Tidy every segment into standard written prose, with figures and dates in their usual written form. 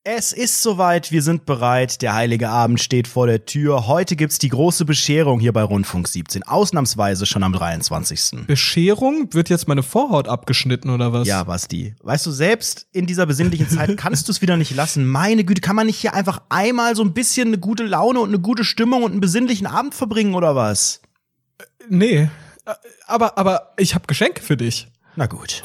Es ist soweit, wir sind bereit, der heilige Abend steht vor der Tür. Heute gibt's die große Bescherung hier bei Rundfunk 17, ausnahmsweise schon am 23. Bescherung? Wird jetzt meine Vorhaut abgeschnitten oder was? Ja, Basti. Weißt du, selbst in dieser besinnlichen Zeit kannst du es wieder nicht lassen. Meine Güte, kann man nicht hier einfach einmal so ein bisschen eine gute Laune und eine gute Stimmung und einen besinnlichen Abend verbringen oder was? Nee, aber ich habe Geschenke für dich. Na gut.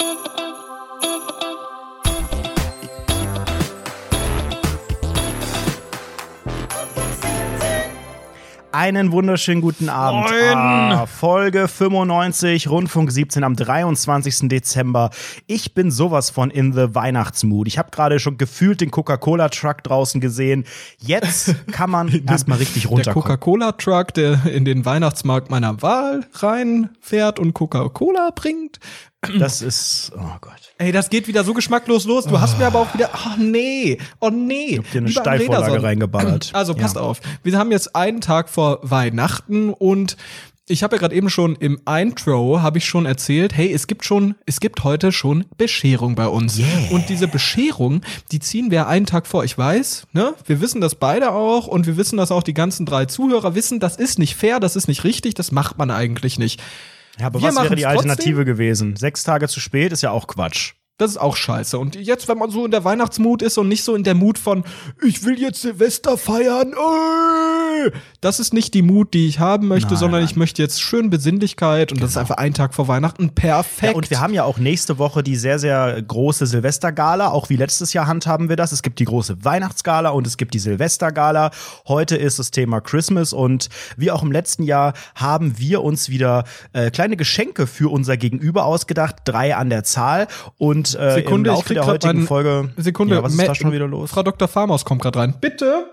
Einen wunderschönen guten Abend. Folge 95, Rundfunk 17 am 23. Dezember. Ich bin sowas von in the Weihnachtsmood. Ich habe gerade schon gefühlt den Coca-Cola-Truck draußen gesehen. Jetzt kann man erstmal richtig runterkommen. Der Coca-Cola-Truck, der in den Weihnachtsmarkt meiner Wahl reinfährt und Coca-Cola bringt. Das ist, oh Gott. Ey, das geht wieder so geschmacklos los. Du hast mir aber auch wieder, oh nee. Ich hab dir eine Steilvorlage reingeballert. Also passt auf, wir haben jetzt einen Tag vor Weihnachten und ich habe ja gerade eben schon im Intro habe ich schon erzählt, hey, es gibt heute schon Bescherung bei uns. Yeah. Und diese Bescherung, die ziehen wir einen Tag vor. Ich weiß, ne? Wir wissen das beide auch und wir wissen, dass auch die ganzen 3 Zuhörer wissen, das ist nicht fair, das ist nicht richtig, das macht man eigentlich nicht. Ja, aber was wäre die Alternative gewesen? 6 Tage zu spät ist ja auch Quatsch. Das ist auch scheiße. Und jetzt, wenn man so in der Weihnachtsmut ist und nicht so in der Mut von, ich will jetzt Silvester feiern, das ist nicht die Mut, die ich haben möchte, sondern ich möchte jetzt schön Besinnlichkeit und das ist einfach ein Tag vor Weihnachten. Perfekt. Ja, und wir haben ja auch nächste Woche die sehr, sehr große Silvestergala. Auch wie letztes Jahr handhaben wir das. Es gibt die große Weihnachtsgala und es gibt die Silvestergala. Heute ist das Thema Christmas und wie auch im letzten Jahr haben wir uns wieder kleine Geschenke für unser Gegenüber ausgedacht. 3 an der Zahl und Sekunde, im Laufe der heutigen Folge. Sekunde, ja, was ist da schon wieder los? Frau Dr. Farmaus kommt gerade rein. Bitte.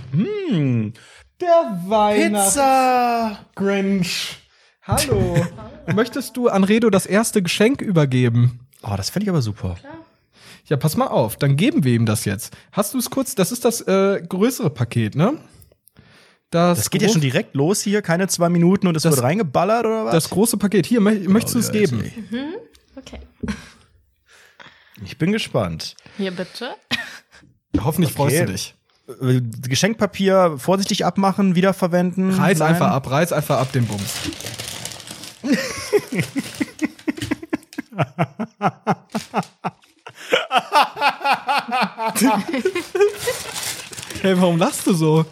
Der Weihnachts-Grinch. Hallo. Möchtest du Anredo das erste Geschenk übergeben? Oh, das fände ich aber super. Klar. Ja, pass mal auf, dann geben wir ihm das jetzt. Hast du es kurz? Das ist das größere Paket, ne? Das geht ja schon direkt los hier, keine 2 Minuten und es wird reingeballert oder was? Das große Paket. Hier, möchtest du es geben? Okay. Ich bin gespannt. Hier bitte. Hoffentlich freust du dich. Geschenkpapier vorsichtig abmachen, wiederverwenden. Reiß einfach ab den Bums. Hey, warum lachst du so?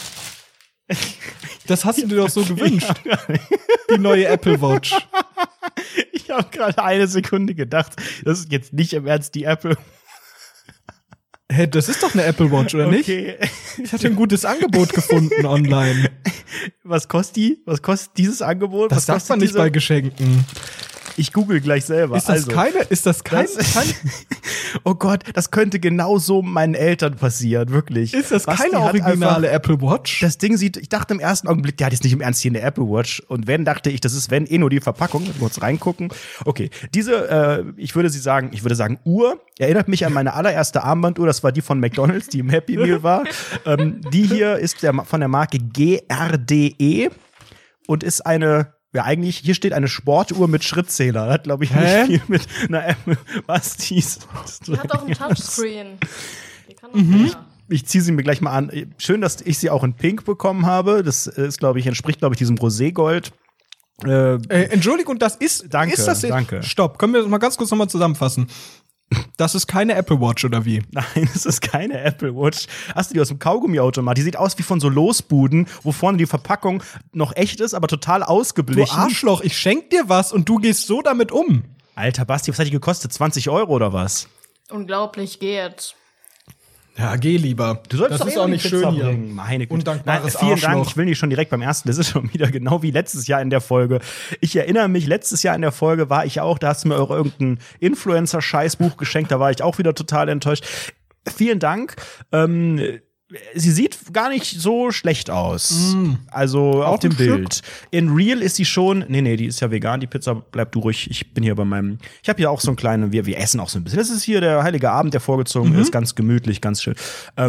Das hast du dir doch so gewünscht. Die neue Apple Watch. Ich habe gerade eine Sekunde gedacht, das ist jetzt nicht im Ernst die Apple. Hey, das ist doch eine Apple Watch, oder nicht? Ich hatte ein gutes Angebot gefunden online. Was kostet dieses Angebot? Das sagt man nicht bei Geschenken. Ich google gleich selber. Ist das kein? Oh Gott, das könnte genau so meinen Eltern passieren, wirklich. Ist das Basti keine originale Apple Watch? Das Ding ich dachte im ersten Augenblick, der hat jetzt nicht im Ernst hier eine Apple Watch. Und wenn, dachte ich, das ist nur die Verpackung. Kurz reingucken. Okay, diese, ich würde sagen Uhr, erinnert mich an meine allererste Armbanduhr. Das war die von McDonald's, die im Happy Meal war. Die hier ist von der Marke GRDE und ist hier steht eine Sportuhr mit Schrittzähler. Das hat, glaube ich, nicht viel mit einer Apple. Was Die hat auch einen Touchscreen. Die kann auch mehr. Ich ziehe sie mir gleich mal an. Schön, dass ich sie auch in Pink bekommen habe. Das ist, entspricht, glaube ich, diesem Roségold. Entschuldigung, das ist. Danke, ist das danke. Stopp, können wir das mal ganz kurz nochmal zusammenfassen? Das ist keine Apple Watch, oder wie? Nein, es ist keine Apple Watch. Hast du die aus dem Kaugummiautomat? Die sieht aus wie von so Losbuden, wo vorne die Verpackung noch echt ist, aber total ausgeblichen. Du Arschloch, ich schenk dir was und du gehst so damit um. Alter Basti, was hat die gekostet? 20 € oder was? Unglaublich, geht. Ja, geh lieber. Du solltest das doch ist auch nicht schön hier. Meine Güte. Undankbares Vielen Arschloch. Dank. Ich will nicht schon direkt beim ersten. Das ist schon wieder genau wie letztes Jahr in der Folge. Ich erinnere mich, letztes Jahr in der Folge war ich auch, da hast du mir irgendein Influencer-Scheißbuch geschenkt. Da war ich auch wieder total enttäuscht. Vielen Dank. Sie sieht gar nicht so schlecht aus. Also auf dem Bild. In Real ist sie schon. Nee, die ist ja vegan. Die Pizza, bleib du ruhig. Ich bin hier bei meinem. Ich habe hier auch so einen kleinen. Wir essen auch so ein bisschen. Das ist hier der heilige Abend, der vorgezogen ist. Ganz gemütlich, ganz schön.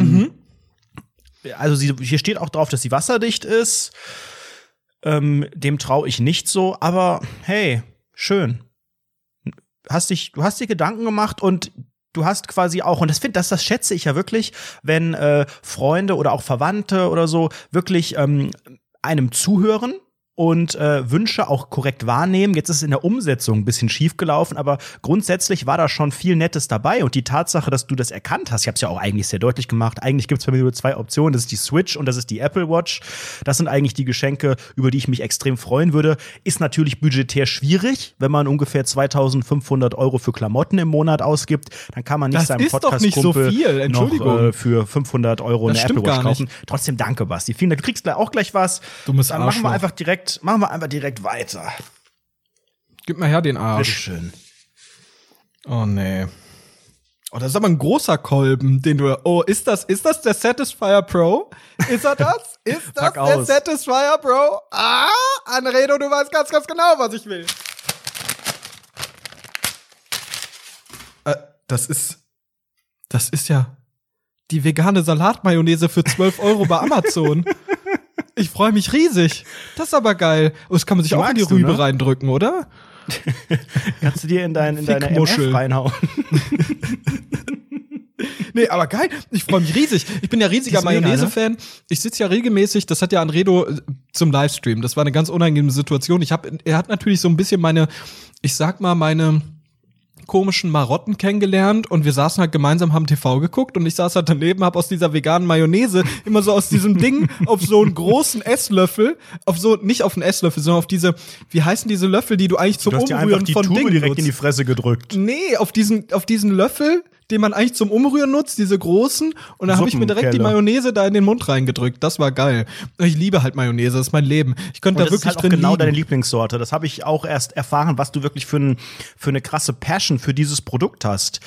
Also hier steht auch drauf, dass sie wasserdicht ist. Dem traue ich nicht so. Aber hey, schön. Du hast dir Gedanken gemacht und du hast quasi auch, und das schätze ich ja wirklich, wenn Freunde oder auch Verwandte oder so wirklich einem zuhören und Wünsche auch korrekt wahrnehmen. Jetzt ist es in der Umsetzung ein bisschen schief gelaufen, aber grundsätzlich war da schon viel Nettes dabei. Und die Tatsache, dass du das erkannt hast, ich habe es ja auch eigentlich sehr deutlich gemacht, eigentlich gibt es bei mir nur 2 Optionen, das ist die Switch und das ist die Apple Watch. Das sind eigentlich die Geschenke, über die ich mich extrem freuen würde. Ist natürlich budgetär schwierig, wenn man ungefähr 2.500 € für Klamotten im Monat ausgibt, dann kann man nicht seinem Podcast-Kumpel noch für 500 € eine Apple Watch kaufen. Trotzdem danke, Basti. Vielen Dank. Du kriegst auch gleich was. Dummes Dann machen wir einfach direkt weiter. Gib mal her den Arsch. Bitteschön. Oh, nee. Oh, das ist aber ein großer Kolben, den du. Oh, ist das der Satisfyer Pro? Ist er das? Ist das der Satisfyer Pro? Ah, Anredo, du weißt ganz, ganz genau, was ich will. Das ist ja die vegane Salatmayonnaise für 12 € bei Amazon. Ich freue mich riesig. Das ist aber geil. Oh, das kann man sich auch in die Rübe reindrücken, oder? Kannst du dir in deine MF reinhauen. Nee, aber geil. Ich freue mich riesig. Ich bin ja riesiger Mayonnaise-Fan. Ich sitze ja regelmäßig, das hat ja Anredo zum Livestream. Das war eine ganz unangenehme Situation. Er hat natürlich so ein bisschen meine komischen Marotten kennengelernt und wir saßen halt gemeinsam, haben TV geguckt und ich saß halt daneben, hab aus dieser veganen Mayonnaise immer so aus diesem Ding auf so einen großen Esslöffel, nicht auf einen Esslöffel, sondern auf diese, wie heißen diese Löffel, die du eigentlich zum Umrühren von Dingen Tube direkt nutzt? In die Fresse gedrückt. Nee, auf diesen Löffel, den man eigentlich zum Umrühren nutzt, diese großen. Und dann habe ich mir direkt die Mayonnaise da in den Mund reingedrückt. Das war geil. Ich liebe halt Mayonnaise, das ist mein Leben. Ich könnte da wirklich drin liegen. Das ist halt auch genau deine Lieblingssorte. Das habe ich auch erst erfahren, was du wirklich für eine krasse Passion für dieses Produkt hast.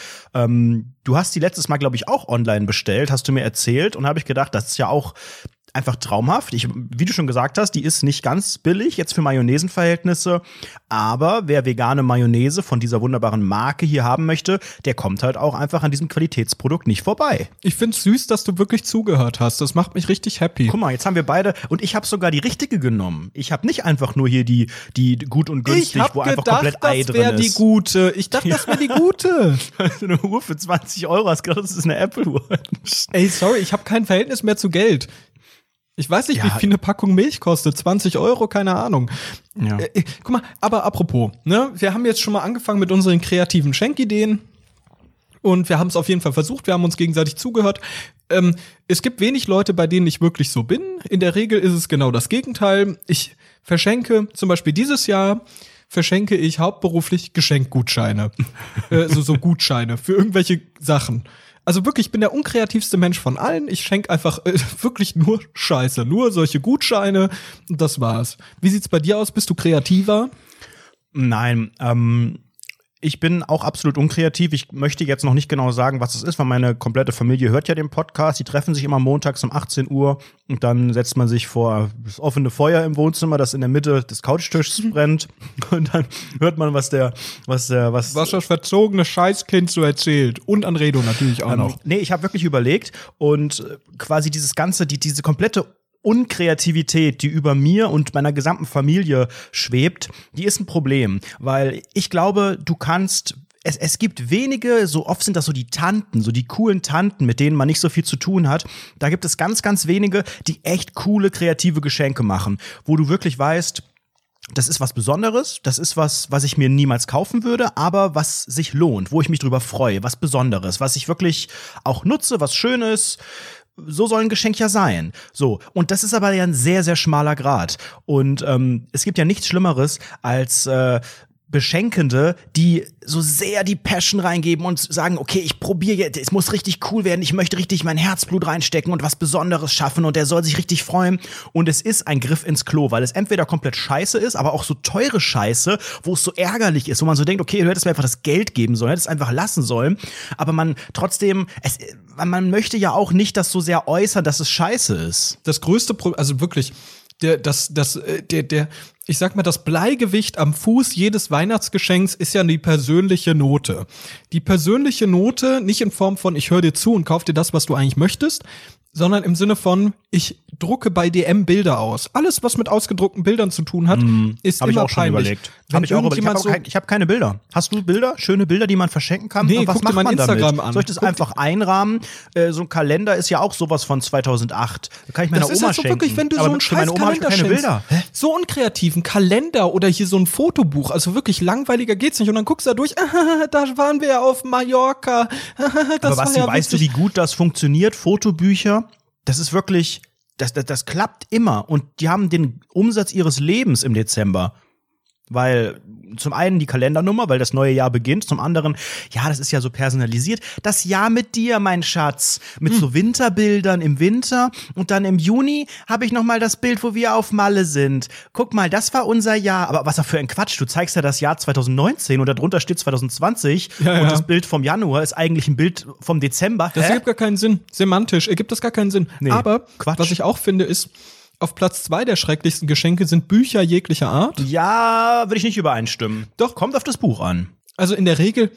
Du hast die letztes Mal, glaube ich, auch online bestellt, hast du mir erzählt. Und habe ich gedacht, das ist ja auch einfach traumhaft. Wie du schon gesagt hast, die ist nicht ganz billig jetzt für Mayonnaisenverhältnisse, aber wer vegane Mayonnaise von dieser wunderbaren Marke hier haben möchte, der kommt halt auch einfach an diesem Qualitätsprodukt nicht vorbei. Ich find's süß, dass du wirklich zugehört hast. Das macht mich richtig happy. Guck mal, jetzt haben wir beide, und ich habe sogar die richtige genommen. Ich habe nicht einfach nur hier die gut und günstig, wo einfach komplett Ei drin ist. Ich dachte, das wäre die gute. Ich dachte, das wäre die gute. Eine Uhr für 20 €, hast gedacht, das ist eine Apple-Uhr. Ey, sorry, ich habe kein Verhältnis mehr zu Geld. Ich weiß nicht, wie viel eine Packung Milch kostet. 20 €, keine Ahnung. Ja. Guck mal, aber apropos, ne? Wir haben jetzt schon mal angefangen mit unseren kreativen Schenkideen. Und wir haben es auf jeden Fall versucht. Wir haben uns gegenseitig zugehört. Es gibt wenig Leute, bei denen ich wirklich so bin. In der Regel ist es genau das Gegenteil. Ich verschenke, zum Beispiel dieses Jahr, verschenke ich hauptberuflich Geschenkgutscheine. so Gutscheine für irgendwelche Sachen. Also wirklich, ich bin der unkreativste Mensch von allen. Ich schenke einfach wirklich nur Scheiße, nur solche Gutscheine und das war's. Wie sieht's bei dir aus? Bist du kreativer? Nein, ich bin auch absolut unkreativ. Ich möchte jetzt noch nicht genau sagen, was es ist, weil meine komplette Familie hört ja den Podcast. Die treffen sich immer montags um 18 Uhr und dann setzt man sich vor das offene Feuer im Wohnzimmer, das in der Mitte des Couchtischs brennt. Und dann hört man, was das verzogene Scheißkind so erzählt. Und Anredo natürlich auch noch. Nee, ich habe wirklich überlegt und quasi dieses Ganze, diese komplette Unkreativität, die über mir und meiner gesamten Familie schwebt, die ist ein Problem, weil ich glaube, du kannst es gibt wenige, so oft sind das so die Tanten, so die coolen Tanten, mit denen man nicht so viel zu tun hat. Da gibt es ganz, ganz wenige, die echt coole, kreative Geschenke machen, wo du wirklich weißt, das ist was Besonderes, das ist was ich mir niemals kaufen würde, aber was sich lohnt, wo ich mich drüber freue, was Besonderes, was ich wirklich auch nutze, was Schönes. So soll ein Geschenk ja sein. So, und das ist aber ja ein sehr, sehr schmaler Grat. Und es gibt ja nichts Schlimmeres als Beschenkende, die so sehr die Passion reingeben und sagen, okay, ich probiere jetzt, es muss richtig cool werden, ich möchte richtig mein Herzblut reinstecken und was Besonderes schaffen und der soll sich richtig freuen. Und es ist ein Griff ins Klo, weil es entweder komplett scheiße ist, aber auch so teure Scheiße, wo es so ärgerlich ist, wo man so denkt, okay, du hättest mir einfach das Geld geben sollen, hättest es einfach lassen sollen. Aber man trotzdem, man möchte ja auch nicht das so sehr äußern, dass es scheiße ist. Das größte Problem, also wirklich, ich sag mal, das Bleigewicht am Fuß jedes Weihnachtsgeschenks ist ja die persönliche Note. Die persönliche Note, nicht in Form von, ich höre dir zu und kauf dir das, was du eigentlich möchtest. sondern im Sinne von, ich drucke bei DM Bilder aus. Alles, was mit ausgedruckten Bildern zu tun hat, ist Hab ich immer auch schon peinlich. überlegt. Wenn Hab ich auch überlegt. irgendjemand Ich habe keine Bilder. Hast du Bilder? Schöne Bilder, die man verschenken kann? Nee, Und was guck dir macht mein man Instagram damit? an. Soll ich das einfach einrahmen? So ein Kalender ist ja auch sowas von 2008. Da kann ich meiner Das ist Oma halt so schenken. wirklich, wenn du aber so einen für meine scheiß Oma habe ich Kalender keine schenkst. Bilder. Hä? So unkreativen Kalender oder hier so ein Fotobuch. Also wirklich langweiliger geht's nicht. Und dann guckst du da durch, da waren wir ja auf Mallorca. Das Aber war Basti, ja weißt du, wie gut das funktioniert? Fotobücher, das ist wirklich, das klappt immer. Und die haben den Umsatz ihres Lebens im Dezember. Weil zum einen die Kalendernummer, weil das neue Jahr beginnt, zum anderen, ja, das ist ja so personalisiert. Das Jahr mit dir, mein Schatz, mit so Winterbildern im Winter und dann im Juni habe ich noch mal das Bild, wo wir auf Malle sind. Guck mal, das war unser Jahr. Aber was auch für ein Quatsch, du zeigst ja das Jahr 2019 und darunter steht 2020 Ja. und das Bild vom Januar ist eigentlich ein Bild vom Dezember. Das Hä? ergibt gar keinen Sinn. Semantisch ergibt das gar keinen Sinn. Nee, Aber Quatsch. was ich auch finde, ist, auf Platz 2 der schrecklichsten Geschenke sind Bücher jeglicher Art. Ja, würde ich nicht übereinstimmen. Doch. Kommt auf das Buch an. Also in der Regel,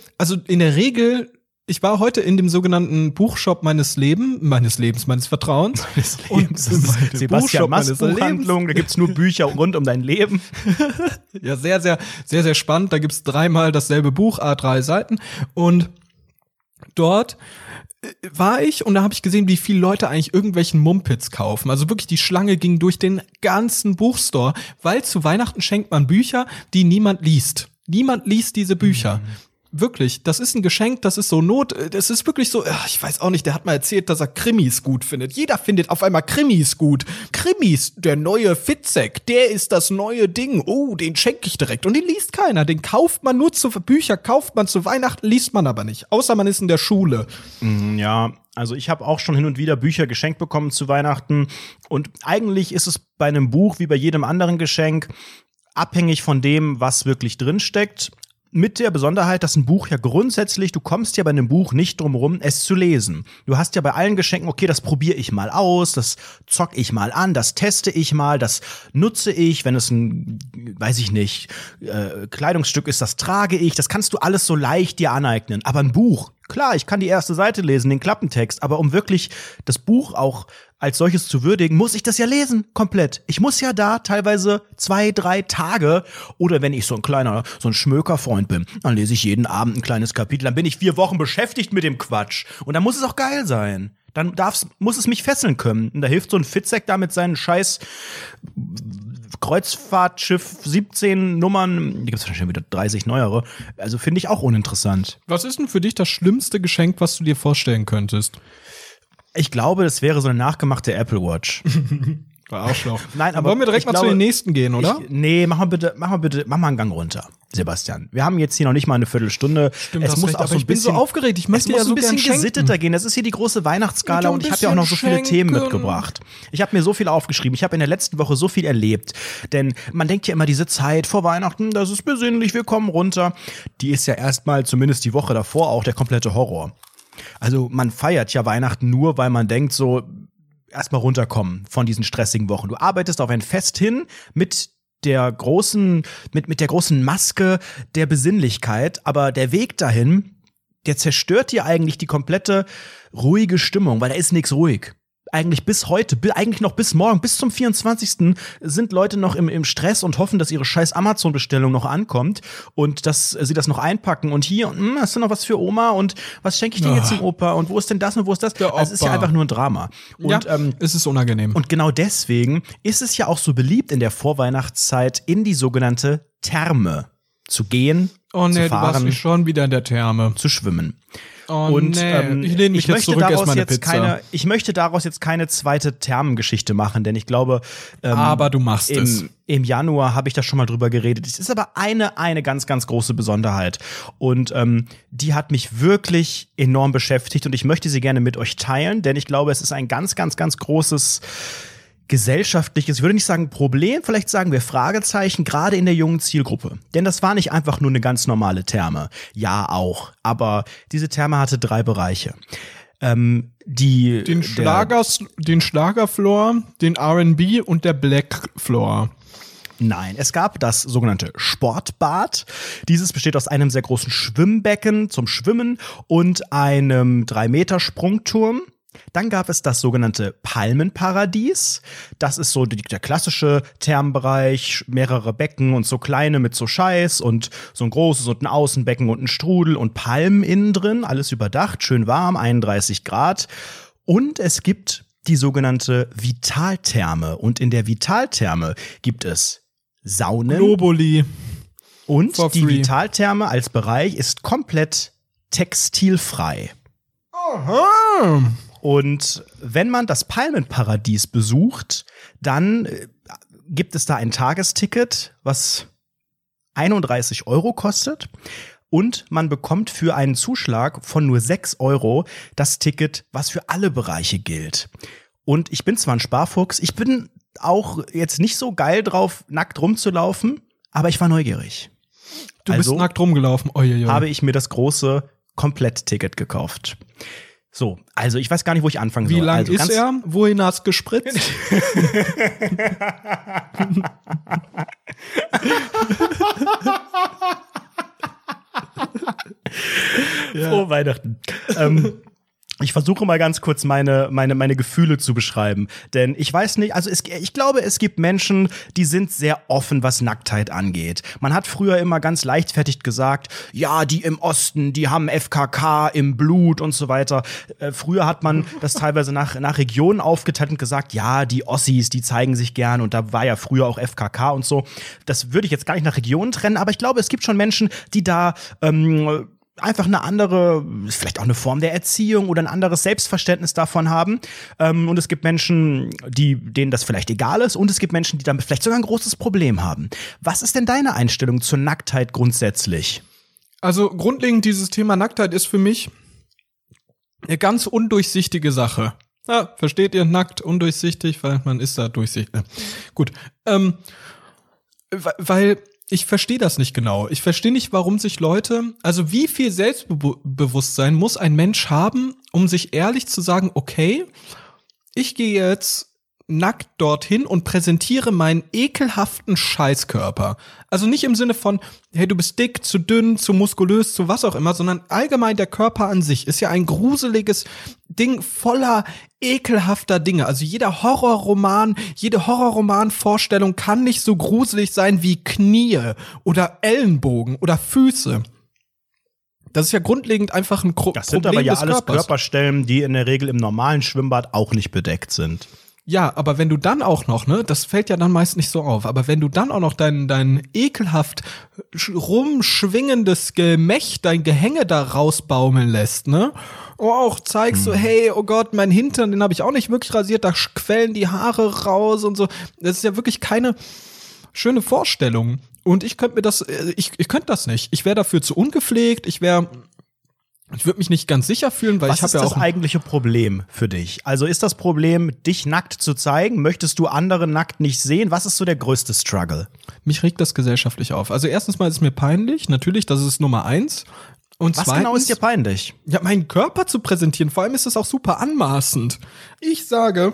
ich war heute in dem sogenannten Buchshop meines Vertrauens. Und Sebastian Buchshop Mast meines Buchhandlung, da gibt's nur Bücher rund um dein Leben. Ja, sehr, sehr, sehr, sehr spannend. Da gibt's 3-mal dasselbe Buch, A3 Seiten. Und dort war ich und da habe ich gesehen, wie viele Leute eigentlich irgendwelchen Mumpitz kaufen. Also wirklich, die Schlange ging durch den ganzen Buchstore, weil zu Weihnachten schenkt man Bücher, die niemand liest. Niemand liest diese Bücher. Wirklich, das ist ein Geschenk, das ist so das ist wirklich so, ich weiß auch nicht, der hat mal erzählt, dass er Krimis gut findet. Jeder findet auf einmal Krimis gut. Krimis, der neue Fitzek, der ist das neue Ding. Oh, den schenke ich direkt. Und den liest keiner. Den kauft man nur Bücher kauft man zu Weihnachten, liest man aber nicht. Außer man ist in der Schule. Ja, also ich habe auch schon hin und wieder Bücher geschenkt bekommen zu Weihnachten. Und eigentlich ist es bei einem Buch wie bei jedem anderen Geschenk abhängig von dem, was wirklich drinsteckt. Mit der Besonderheit, dass ein Buch ja grundsätzlich, du kommst ja bei einem Buch nicht drum rum, es zu lesen. Du hast ja bei allen Geschenken, okay, das probiere ich mal aus, das zock ich mal an, das teste ich mal, das nutze ich, wenn es ein, weiß ich nicht, Kleidungsstück ist, das trage ich, das kannst du alles so leicht dir aneignen. Aber ein Buch, klar, ich kann die erste Seite lesen, den Klappentext, aber um wirklich das Buch auch als solches zu würdigen, muss ich das ja lesen, komplett. Ich muss ja da teilweise 2-3 Tage oder wenn ich so ein Schmökerfreund bin, dann lese ich jeden Abend ein kleines Kapitel, dann bin ich 4 Wochen beschäftigt mit dem Quatsch. Und dann muss es auch geil sein. Dann muss es mich fesseln können. Und da hilft so ein Fitzek da mit seinen scheiß Kreuzfahrtschiff 17 Nummern, die gibt's schon wieder 30 neuere. Also finde ich auch uninteressant. Was ist denn für dich das schlimmste Geschenk, was du dir vorstellen könntest? Ich glaube, das wäre so eine nachgemachte Apple Watch. Arschloch. Nein, aber wollen wir direkt ich mal glaube, zu den nächsten gehen, oder? Mach mal einen Gang runter, Sebastian. Wir haben jetzt hier noch nicht mal eine Viertelstunde. Stimmt, Es hast muss recht, auch aber so ein ich bin so bisschen aufgeregt. Ich möchte es muss ja so ein bisschen gern schenken. gesitteter gehen. Das ist hier die große Weihnachtsskala Ich und ich habe ja auch noch so viele bisschen Themen schenken. mitgebracht. Ich habe mir so viel aufgeschrieben. Ich habe in der letzten Woche so viel erlebt. Denn man denkt ja immer, diese Zeit vor Weihnachten, das ist besinnlich, wir kommen runter. Die ist ja erstmal, zumindest die Woche davor, auch der komplette Horror. Also man feiert ja Weihnachten nur, weil man denkt so, erstmal runterkommen von diesen stressigen Wochen. Du arbeitest auf ein Fest hin mit der großen Maske der Besinnlichkeit, aber der Weg dahin, der zerstört dir eigentlich die komplette ruhige Stimmung, weil da ist nichts ruhig. Eigentlich bis heute, eigentlich noch bis morgen, bis zum 24. sind Leute noch im Stress und hoffen, dass ihre scheiß Amazon-Bestellung noch ankommt und dass sie das noch einpacken und hier, hast du noch was für Oma und was schenke ich dir jetzt zum Opa und wo ist denn das und wo ist das? Der Also es ist ja Opa. einfach nur ein Drama. Und, Ja, es ist unangenehm. und genau deswegen ist es ja auch so beliebt in der Vorweihnachtszeit in die sogenannte Therme zu gehen, Oh nee, zu du warst fahren, schon wieder in der Therme. zu schwimmen. Oh Und nee, ich lehne mich jetzt zurück, ess meine Pizza. Ich möchte daraus jetzt keine zweite Thermengeschichte machen, denn ich glaube, Aber du machst es. im Januar habe ich da schon mal drüber geredet. Es ist aber eine ganz, ganz große Besonderheit. Und die hat mich wirklich enorm beschäftigt und ich möchte sie gerne mit euch teilen, denn ich glaube, es ist ein ganz, ganz, ganz großes gesellschaftliches, ich würde nicht sagen Problem, vielleicht sagen wir Fragezeichen, gerade in der jungen Zielgruppe. Denn das war nicht einfach nur eine ganz normale Therme. Ja, auch. Aber diese Therme hatte 3 Bereiche. Den Schlagerfloor, den R&B und der Black Floor. Nein, es gab das sogenannte Sportbad. Dieses besteht aus einem sehr großen Schwimmbecken zum Schwimmen und einem 3-Meter Sprungturm. Dann gab es das sogenannte Palmenparadies. Das ist so der klassische Thermenbereich, mehrere Becken und so kleine mit so Scheiß und so ein großes und ein Außenbecken und ein Strudel und Palmen innen drin, alles überdacht, schön warm, 31 Grad. Und es gibt die sogenannte Vitaltherme. Und in der Vitaltherme gibt es Saunen. Globuli. Und For die free. Vitaltherme als Bereich ist komplett textilfrei. Aha. Und wenn man das Palmenparadies besucht, dann gibt es da ein Tagesticket, was 31 € kostet. Und man bekommt für einen Zuschlag von nur 6 € das Ticket, was für alle Bereiche gilt. Und ich bin zwar ein Sparfuchs, ich bin auch jetzt nicht so geil drauf, nackt rumzulaufen, aber ich war neugierig. Du bist nackt rumgelaufen. Oioioi. Habe ich mir das große Komplettticket gekauft. So, also ich weiß gar nicht, wo ich anfangen soll. Wie lang also ist er? Wohin hast du gespritzt? Frohe Weihnachten. Ich versuche mal ganz kurz meine Gefühle zu beschreiben. Denn ich weiß nicht, also ich glaube, es gibt Menschen, die sind sehr offen, was Nacktheit angeht. Man hat früher immer ganz leichtfertig gesagt, ja, die im Osten, die haben FKK im Blut und so weiter. Früher hat man das teilweise nach Regionen aufgeteilt und gesagt, ja, die Ossis, die zeigen sich gern und da war ja früher auch FKK und so. Das würde ich jetzt gar nicht nach Regionen trennen, aber ich glaube, es gibt schon Menschen, die da einfach eine andere, vielleicht auch eine Form der Erziehung oder ein anderes Selbstverständnis davon haben. Und es gibt Menschen, denen das vielleicht egal ist. Und es gibt Menschen, die damit vielleicht sogar ein großes Problem haben. Was ist denn deine Einstellung zur Nacktheit grundsätzlich? Also grundlegend dieses Thema Nacktheit ist für mich eine ganz undurchsichtige Sache. Ja, versteht ihr? Nackt, undurchsichtig, weil man ist da durchsichtig. Gut. Weil ich verstehe das nicht genau. Ich verstehe nicht, warum sich Leute, also wie viel Selbstbewusstsein muss ein Mensch haben, um sich ehrlich zu sagen, okay, ich gehe jetzt nackt dorthin und präsentiere meinen ekelhaften Scheißkörper. Also nicht im Sinne von, hey, du bist dick, zu dünn, zu muskulös, zu was auch immer, sondern allgemein der Körper an sich ist ja ein gruseliges Ding voller ekelhafter Dinge. Also jede Horrorroman-Vorstellung kann nicht so gruselig sein wie Knie oder Ellenbogen oder Füße. Das ist ja grundlegend einfach ein Problem des Körpers. Das sind aber ja alles Körperstellen, die in der Regel im normalen Schwimmbad auch nicht bedeckt sind. Ja, aber wenn du dann auch noch, ne, das fällt ja dann meist nicht so auf, aber wenn du dann auch noch dein ekelhaft rumschwingendes Gemächt, dein Gehänge da rausbaumeln lässt, ne, auch zeigst so, hey, oh Gott, mein Hintern, den habe ich auch nicht wirklich rasiert, da quellen die Haare raus und so. Das ist ja wirklich keine schöne Vorstellung. Und ich könnte mir das, ich könnte das nicht. Ich wäre dafür zu ungepflegt, ich würde mich nicht ganz sicher fühlen, weil ich habe ja auch. Was ist das eigentliche Problem für dich? Also ist das Problem, dich nackt zu zeigen? Möchtest du andere nackt nicht sehen? Was ist so der größte Struggle? Mich regt das gesellschaftlich auf. Also erstens mal ist es mir peinlich. Natürlich, das ist Nummer 1. Und was zweitens, genau ist dir peinlich? Ja, meinen Körper zu präsentieren. Vor allem ist es auch super anmaßend. Ich sage,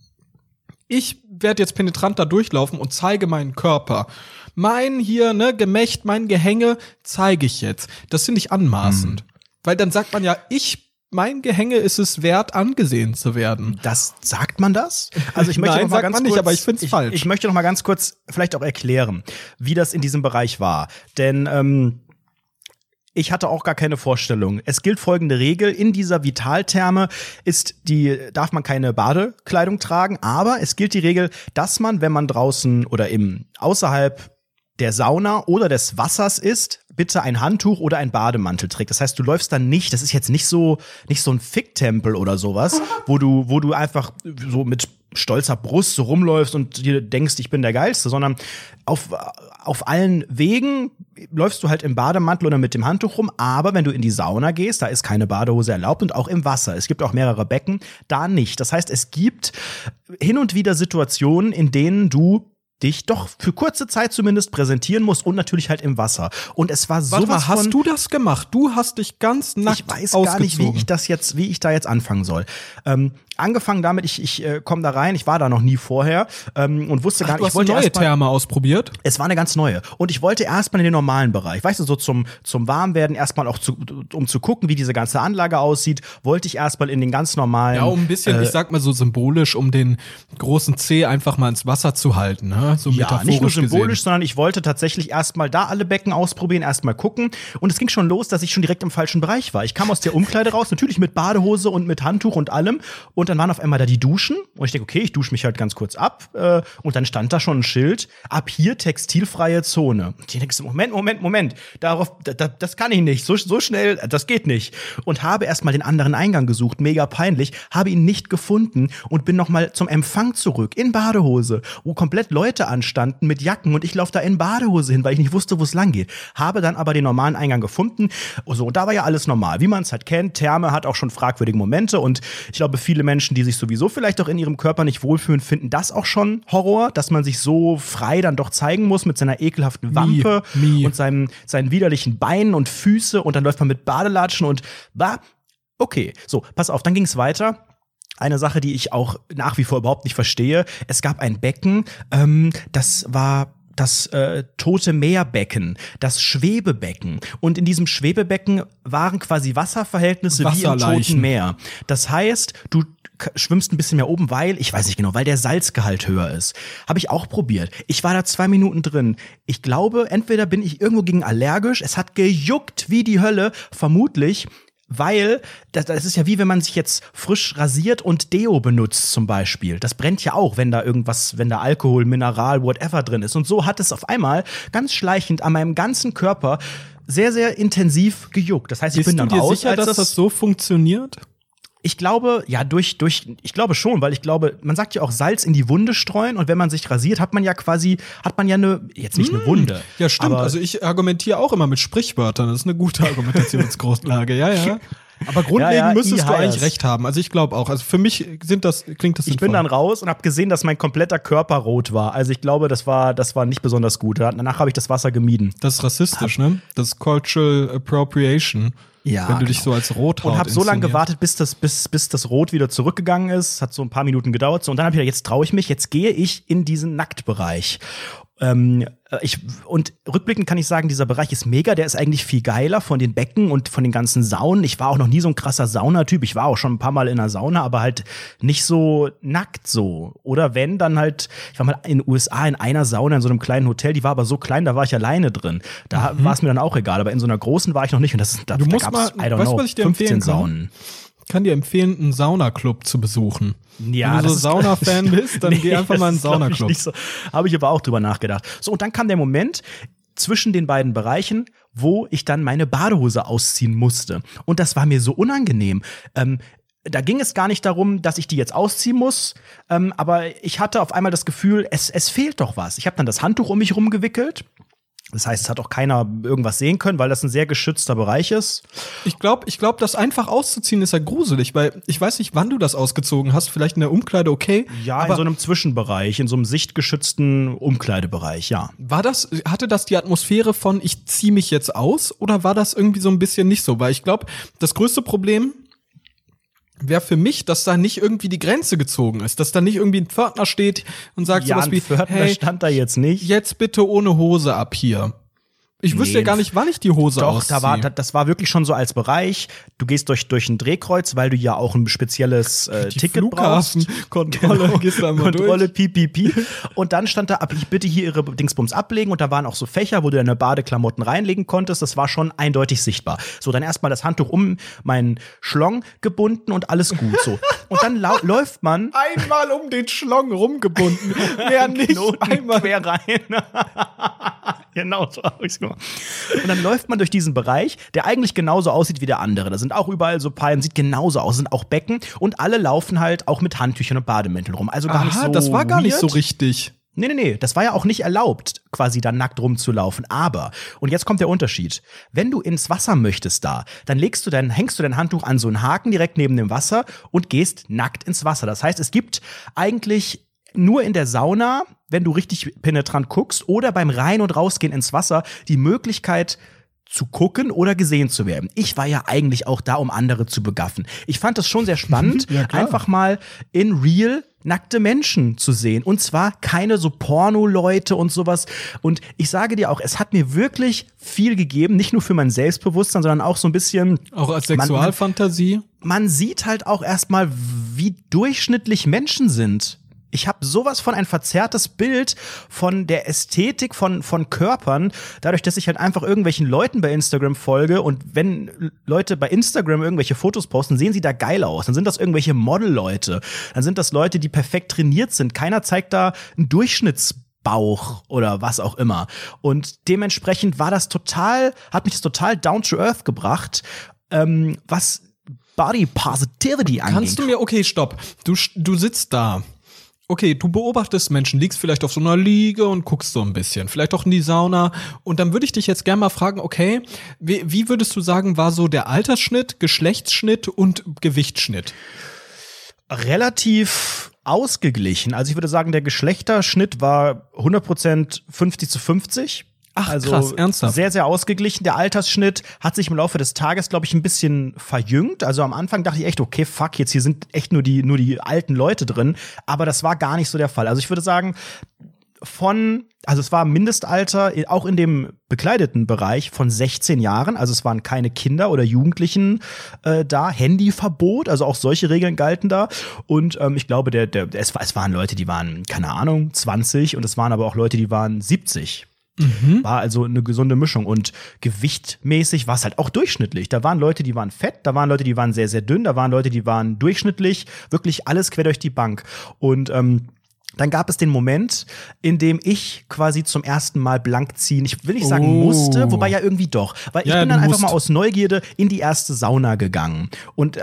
ich werde jetzt penetrant da durchlaufen und zeige meinen Körper. Mein hier, ne, Gemächt, mein Gehänge zeige ich jetzt. Das finde ich anmaßend. Weil dann sagt man ja, mein Gehänge ist es wert, angesehen zu werden. Sagt man das? Also ich möchte Nein, noch mal ganz man kurz, nicht, aber ich finde es falsch. Ich möchte noch mal ganz kurz vielleicht auch erklären, wie das in diesem Bereich war. Denn ich hatte auch gar keine Vorstellung. Es gilt folgende Regel: In dieser Vitaltherme darf man keine Badekleidung tragen, aber es gilt die Regel, dass man, wenn man draußen oder außerhalb der Sauna oder des Wassers ist, bitte ein Handtuch oder ein Bademantel trägt. Das heißt, du läufst dann nicht, das ist jetzt nicht so ein Ficktempel oder sowas, wo du einfach so mit stolzer Brust so rumläufst und dir denkst, ich bin der Geilste, sondern auf allen Wegen läufst du halt im Bademantel oder mit dem Handtuch rum, aber wenn du in die Sauna gehst, da ist keine Badehose erlaubt und auch im Wasser. Es gibt auch mehrere Becken, da nicht. Das heißt, es gibt hin und wieder Situationen, in denen du dich doch für kurze Zeit zumindest präsentieren musst und natürlich halt im Wasser. Und es war sowas von. Hast du das gemacht? Du hast dich ganz nackt ausgezogen. Ich weiß gar nicht, wie ich da jetzt anfangen soll. angefangen damit, ich komme da rein, ich war da noch nie vorher und wusste gar nicht, ich wollte neue Therme ausprobiert? Es war eine ganz neue. Und ich wollte erstmal in den normalen Bereich, weißt du, so zum Warmwerden, erstmal auch um zu gucken, wie diese ganze Anlage aussieht, wollte ich erstmal in den ganz normalen. Ja, um ein bisschen, ich sag mal so symbolisch, um den großen Zeh einfach mal ins Wasser zu halten, ne? So metaphorisch nicht nur symbolisch, gesehen. sondern ich wollte tatsächlich erstmal da alle Becken ausprobieren, erstmal gucken. Und es ging schon los, dass ich schon direkt im falschen Bereich war. Ich kam aus der Umkleide raus, natürlich mit Badehose und mit Handtuch und allem. Und dann waren auf einmal da die Duschen. Und ich denke, okay, ich dusche mich halt ganz kurz ab. Und dann stand da schon ein Schild, ab hier textilfreie Zone. Und ich denke so, Moment. Das kann ich nicht. So schnell, das geht nicht. Und habe erstmal den anderen Eingang gesucht, mega peinlich, habe ihn nicht gefunden und bin nochmal zum Empfang zurück, in Badehose, wo komplett Leute anstanden mit Jacken und ich laufe da in Badehose hin, weil ich nicht wusste, wo es lang geht. Habe dann aber den normalen Eingang gefunden. So, und da war ja alles normal, wie man es halt kennt. Therme hat auch schon fragwürdige Momente und ich glaube, viele Menschen, die sich sowieso vielleicht auch in ihrem Körper nicht wohlfühlen, finden das auch schon Horror, dass man sich so frei dann doch zeigen muss mit seiner ekelhaften Wampe und seinen widerlichen Beinen und Füße und dann läuft man mit Badelatschen und okay, so, pass auf, dann ging's weiter. Eine Sache, die ich auch nach wie vor überhaupt nicht verstehe. Es gab ein Becken, das war das Tote Meerbecken, das Schwebebecken. Und in diesem Schwebebecken waren quasi Wasserverhältnisse wie im Toten Meer. Das heißt, du schwimmst ein bisschen mehr oben, weil, ich weiß nicht genau, weil der Salzgehalt höher ist. Habe ich auch probiert. Ich war da 2 Minuten drin. Ich glaube, entweder bin ich irgendwo gegen allergisch, es hat gejuckt wie die Hölle, vermutlich. Weil, das ist ja wie wenn man sich jetzt frisch rasiert und Deo benutzt zum Beispiel. Das brennt ja auch, wenn da Alkohol, Mineral, whatever drin ist. Und so hat es auf einmal ganz schleichend an meinem ganzen Körper sehr, sehr intensiv gejuckt. Das heißt, ich bin dann raus. Bist du dir sicher, dass das so funktioniert? Ich glaube, ja, ich glaube schon, weil ich glaube, man sagt ja auch Salz in die Wunde streuen und wenn man sich rasiert, hat man ja jetzt nicht eine Wunde. Ja, stimmt. Aber also ich argumentiere auch immer mit Sprichwörtern. Das ist eine gute Argumentationsgrundlage, ja. Aber grundlegend müsstest du eigentlich recht haben. Also ich glaube auch. Also für mich klingt das sinnvoll. Ich bin dann raus und habe gesehen, dass mein kompletter Körper rot war. Also ich glaube, das war nicht besonders gut. Danach habe ich das Wasser gemieden. Das ist rassistisch, ne? Das ist Cultural Appropriation. Ja, wenn du dich so als Rothaut und habe so lange gewartet, bis das Rot wieder zurückgegangen ist. Hat so ein paar Minuten gedauert. So, und dann habe ich gedacht, jetzt traue ich mich, jetzt gehe ich in diesen Nacktbereich. Und rückblickend kann ich sagen, dieser Bereich ist mega, der ist eigentlich viel geiler von den Becken und von den ganzen Saunen. Ich war auch noch nie so ein krasser Saunatyp. Ich war auch schon ein paar Mal in einer Sauna, aber halt nicht so nackt so. Oder wenn, dann halt, ich war mal in den USA in einer Sauna in so einem kleinen Hotel, die war aber so klein, da war ich alleine drin. Da war es mir dann auch egal, aber in so einer großen war ich noch nicht. Und da gab's, I don't know, 15 Saunen. Ich kann dir empfehlen, einen Saunaclub zu besuchen. Ja, wenn du so Sauna-Fan bist, dann geh einfach mal in einen Saunaclub. So. Habe ich aber auch drüber nachgedacht. So, und dann kam der Moment zwischen den beiden Bereichen, wo ich dann meine Badehose ausziehen musste. Und das war mir so unangenehm. Da ging es gar nicht darum, dass ich die jetzt ausziehen muss, aber ich hatte auf einmal das Gefühl, es fehlt doch was. Ich habe dann das Handtuch um mich rumgewickelt. Das heißt, es hat auch keiner irgendwas sehen können, weil das ein sehr geschützter Bereich ist. Ich glaube, das einfach auszuziehen ist ja gruselig, weil ich weiß nicht, wann du das ausgezogen hast. Vielleicht in der Umkleide, okay. Ja, aber in so einem Zwischenbereich, in so einem sichtgeschützten Umkleidebereich, ja. Hatte das die Atmosphäre von, ich ziehe mich jetzt aus? Oder war das irgendwie so ein bisschen nicht so? Weil ich glaube, das größte Problem wäre für mich, dass da nicht irgendwie die Grenze gezogen ist, dass da nicht irgendwie ein Pförtner steht und sagt sowas wie, hey, stand da jetzt nicht. Jetzt bitte ohne Hose ab hier. Ich wüsste ja gar nicht, wann ich die Hose ausziehe. Doch, das war wirklich schon so als Bereich. Du gehst durch ein Drehkreuz, weil du ja auch ein spezielles Ticket brauchst. Kontrolle, genau. Gehst du einmal Kontrolle, durch. Piep. Und dann stand da, ich bitte hier Ihre Dingsbums ablegen. Und da waren auch so Fächer, wo du deine Badeklamotten reinlegen konntest. Das war schon eindeutig sichtbar. So, dann erstmal das Handtuch um meinen Schlong gebunden und alles gut. So. Und dann läuft man. Einmal um den Schlong rumgebunden. Mehr nicht. Einmal quer rein. Genau, so habe ich's gemacht. Und dann läuft man durch diesen Bereich, der eigentlich genauso aussieht wie der andere. Da sind auch überall so Palmen, sieht genauso aus, sind auch Becken und alle laufen halt auch mit Handtüchern und Bademänteln rum. Also gar nicht so das war gar nicht so richtig. Nee, das war ja auch nicht erlaubt, quasi da nackt rumzulaufen. Aber, und jetzt kommt der Unterschied, wenn du ins Wasser möchtest dann hängst du dein Handtuch an so einen Haken direkt neben dem Wasser und gehst nackt ins Wasser. Das heißt, es gibt eigentlich nur in der Sauna, wenn du richtig penetrant guckst, oder beim Rein- und Rausgehen ins Wasser die Möglichkeit, zu gucken oder gesehen zu werden. Ich war ja eigentlich auch da, um andere zu begaffen. Ich fand das schon sehr spannend, Ja, klar. einfach mal in real nackte Menschen zu sehen. Und zwar keine so Porno-Leute und sowas. Und ich sage dir auch, es hat mir wirklich viel gegeben, nicht nur für mein Selbstbewusstsein, sondern auch so ein bisschen Auch als Sexualfantasie. man sieht halt auch erstmal, wie durchschnittlich Menschen sind. Ich habe sowas von ein verzerrtes Bild von der Ästhetik von Körpern, dadurch, dass ich halt einfach irgendwelchen Leuten bei Instagram folge und wenn Leute bei Instagram irgendwelche Fotos posten, sehen sie da geil aus. Dann sind das irgendwelche Model-Leute. Dann sind das Leute, die perfekt trainiert sind. Keiner zeigt da einen Durchschnittsbauch oder was auch immer. Und dementsprechend hat mich das total down to earth gebracht, was Body Positivity angeht. Kannst du mir, okay, stopp. Du sitzt da. Okay, du beobachtest Menschen, liegst vielleicht auf so einer Liege und guckst so ein bisschen, vielleicht auch in die Sauna. Und dann würde ich dich jetzt gerne mal fragen, okay, wie würdest du sagen, war so der Altersschnitt, Geschlechtsschnitt und Gewichtsschnitt? Relativ ausgeglichen. Also ich würde sagen, der Geschlechterschnitt war 100% 50-50. Ach, also krass, ernsthaft? Sehr, sehr ausgeglichen. Der Altersschnitt hat sich im Laufe des Tages, glaube ich, ein bisschen verjüngt. Also am Anfang dachte ich echt, okay, fuck, jetzt hier sind echt nur die alten Leute drin. Aber das war gar nicht so der Fall. Also ich würde sagen, also es war Mindestalter, auch in dem bekleideten Bereich von 16 Jahren. Also es waren keine Kinder oder Jugendlichen da. Handyverbot, also auch solche Regeln galten da. Und ich glaube, es waren Leute, die waren, keine Ahnung, 20 und es waren aber auch Leute, die waren 70. War also eine gesunde Mischung und gewichtmäßig war es halt auch durchschnittlich. Da waren Leute, die waren fett, da waren Leute, die waren sehr, sehr dünn, da waren Leute, die waren durchschnittlich, wirklich alles quer durch die Bank. Und dann gab es den Moment, in dem ich quasi zum ersten Mal blank ziehen, ich will nicht sagen musste, wobei ja irgendwie doch, weil ich bin dann einfach mal aus Neugierde in die erste Sauna gegangen und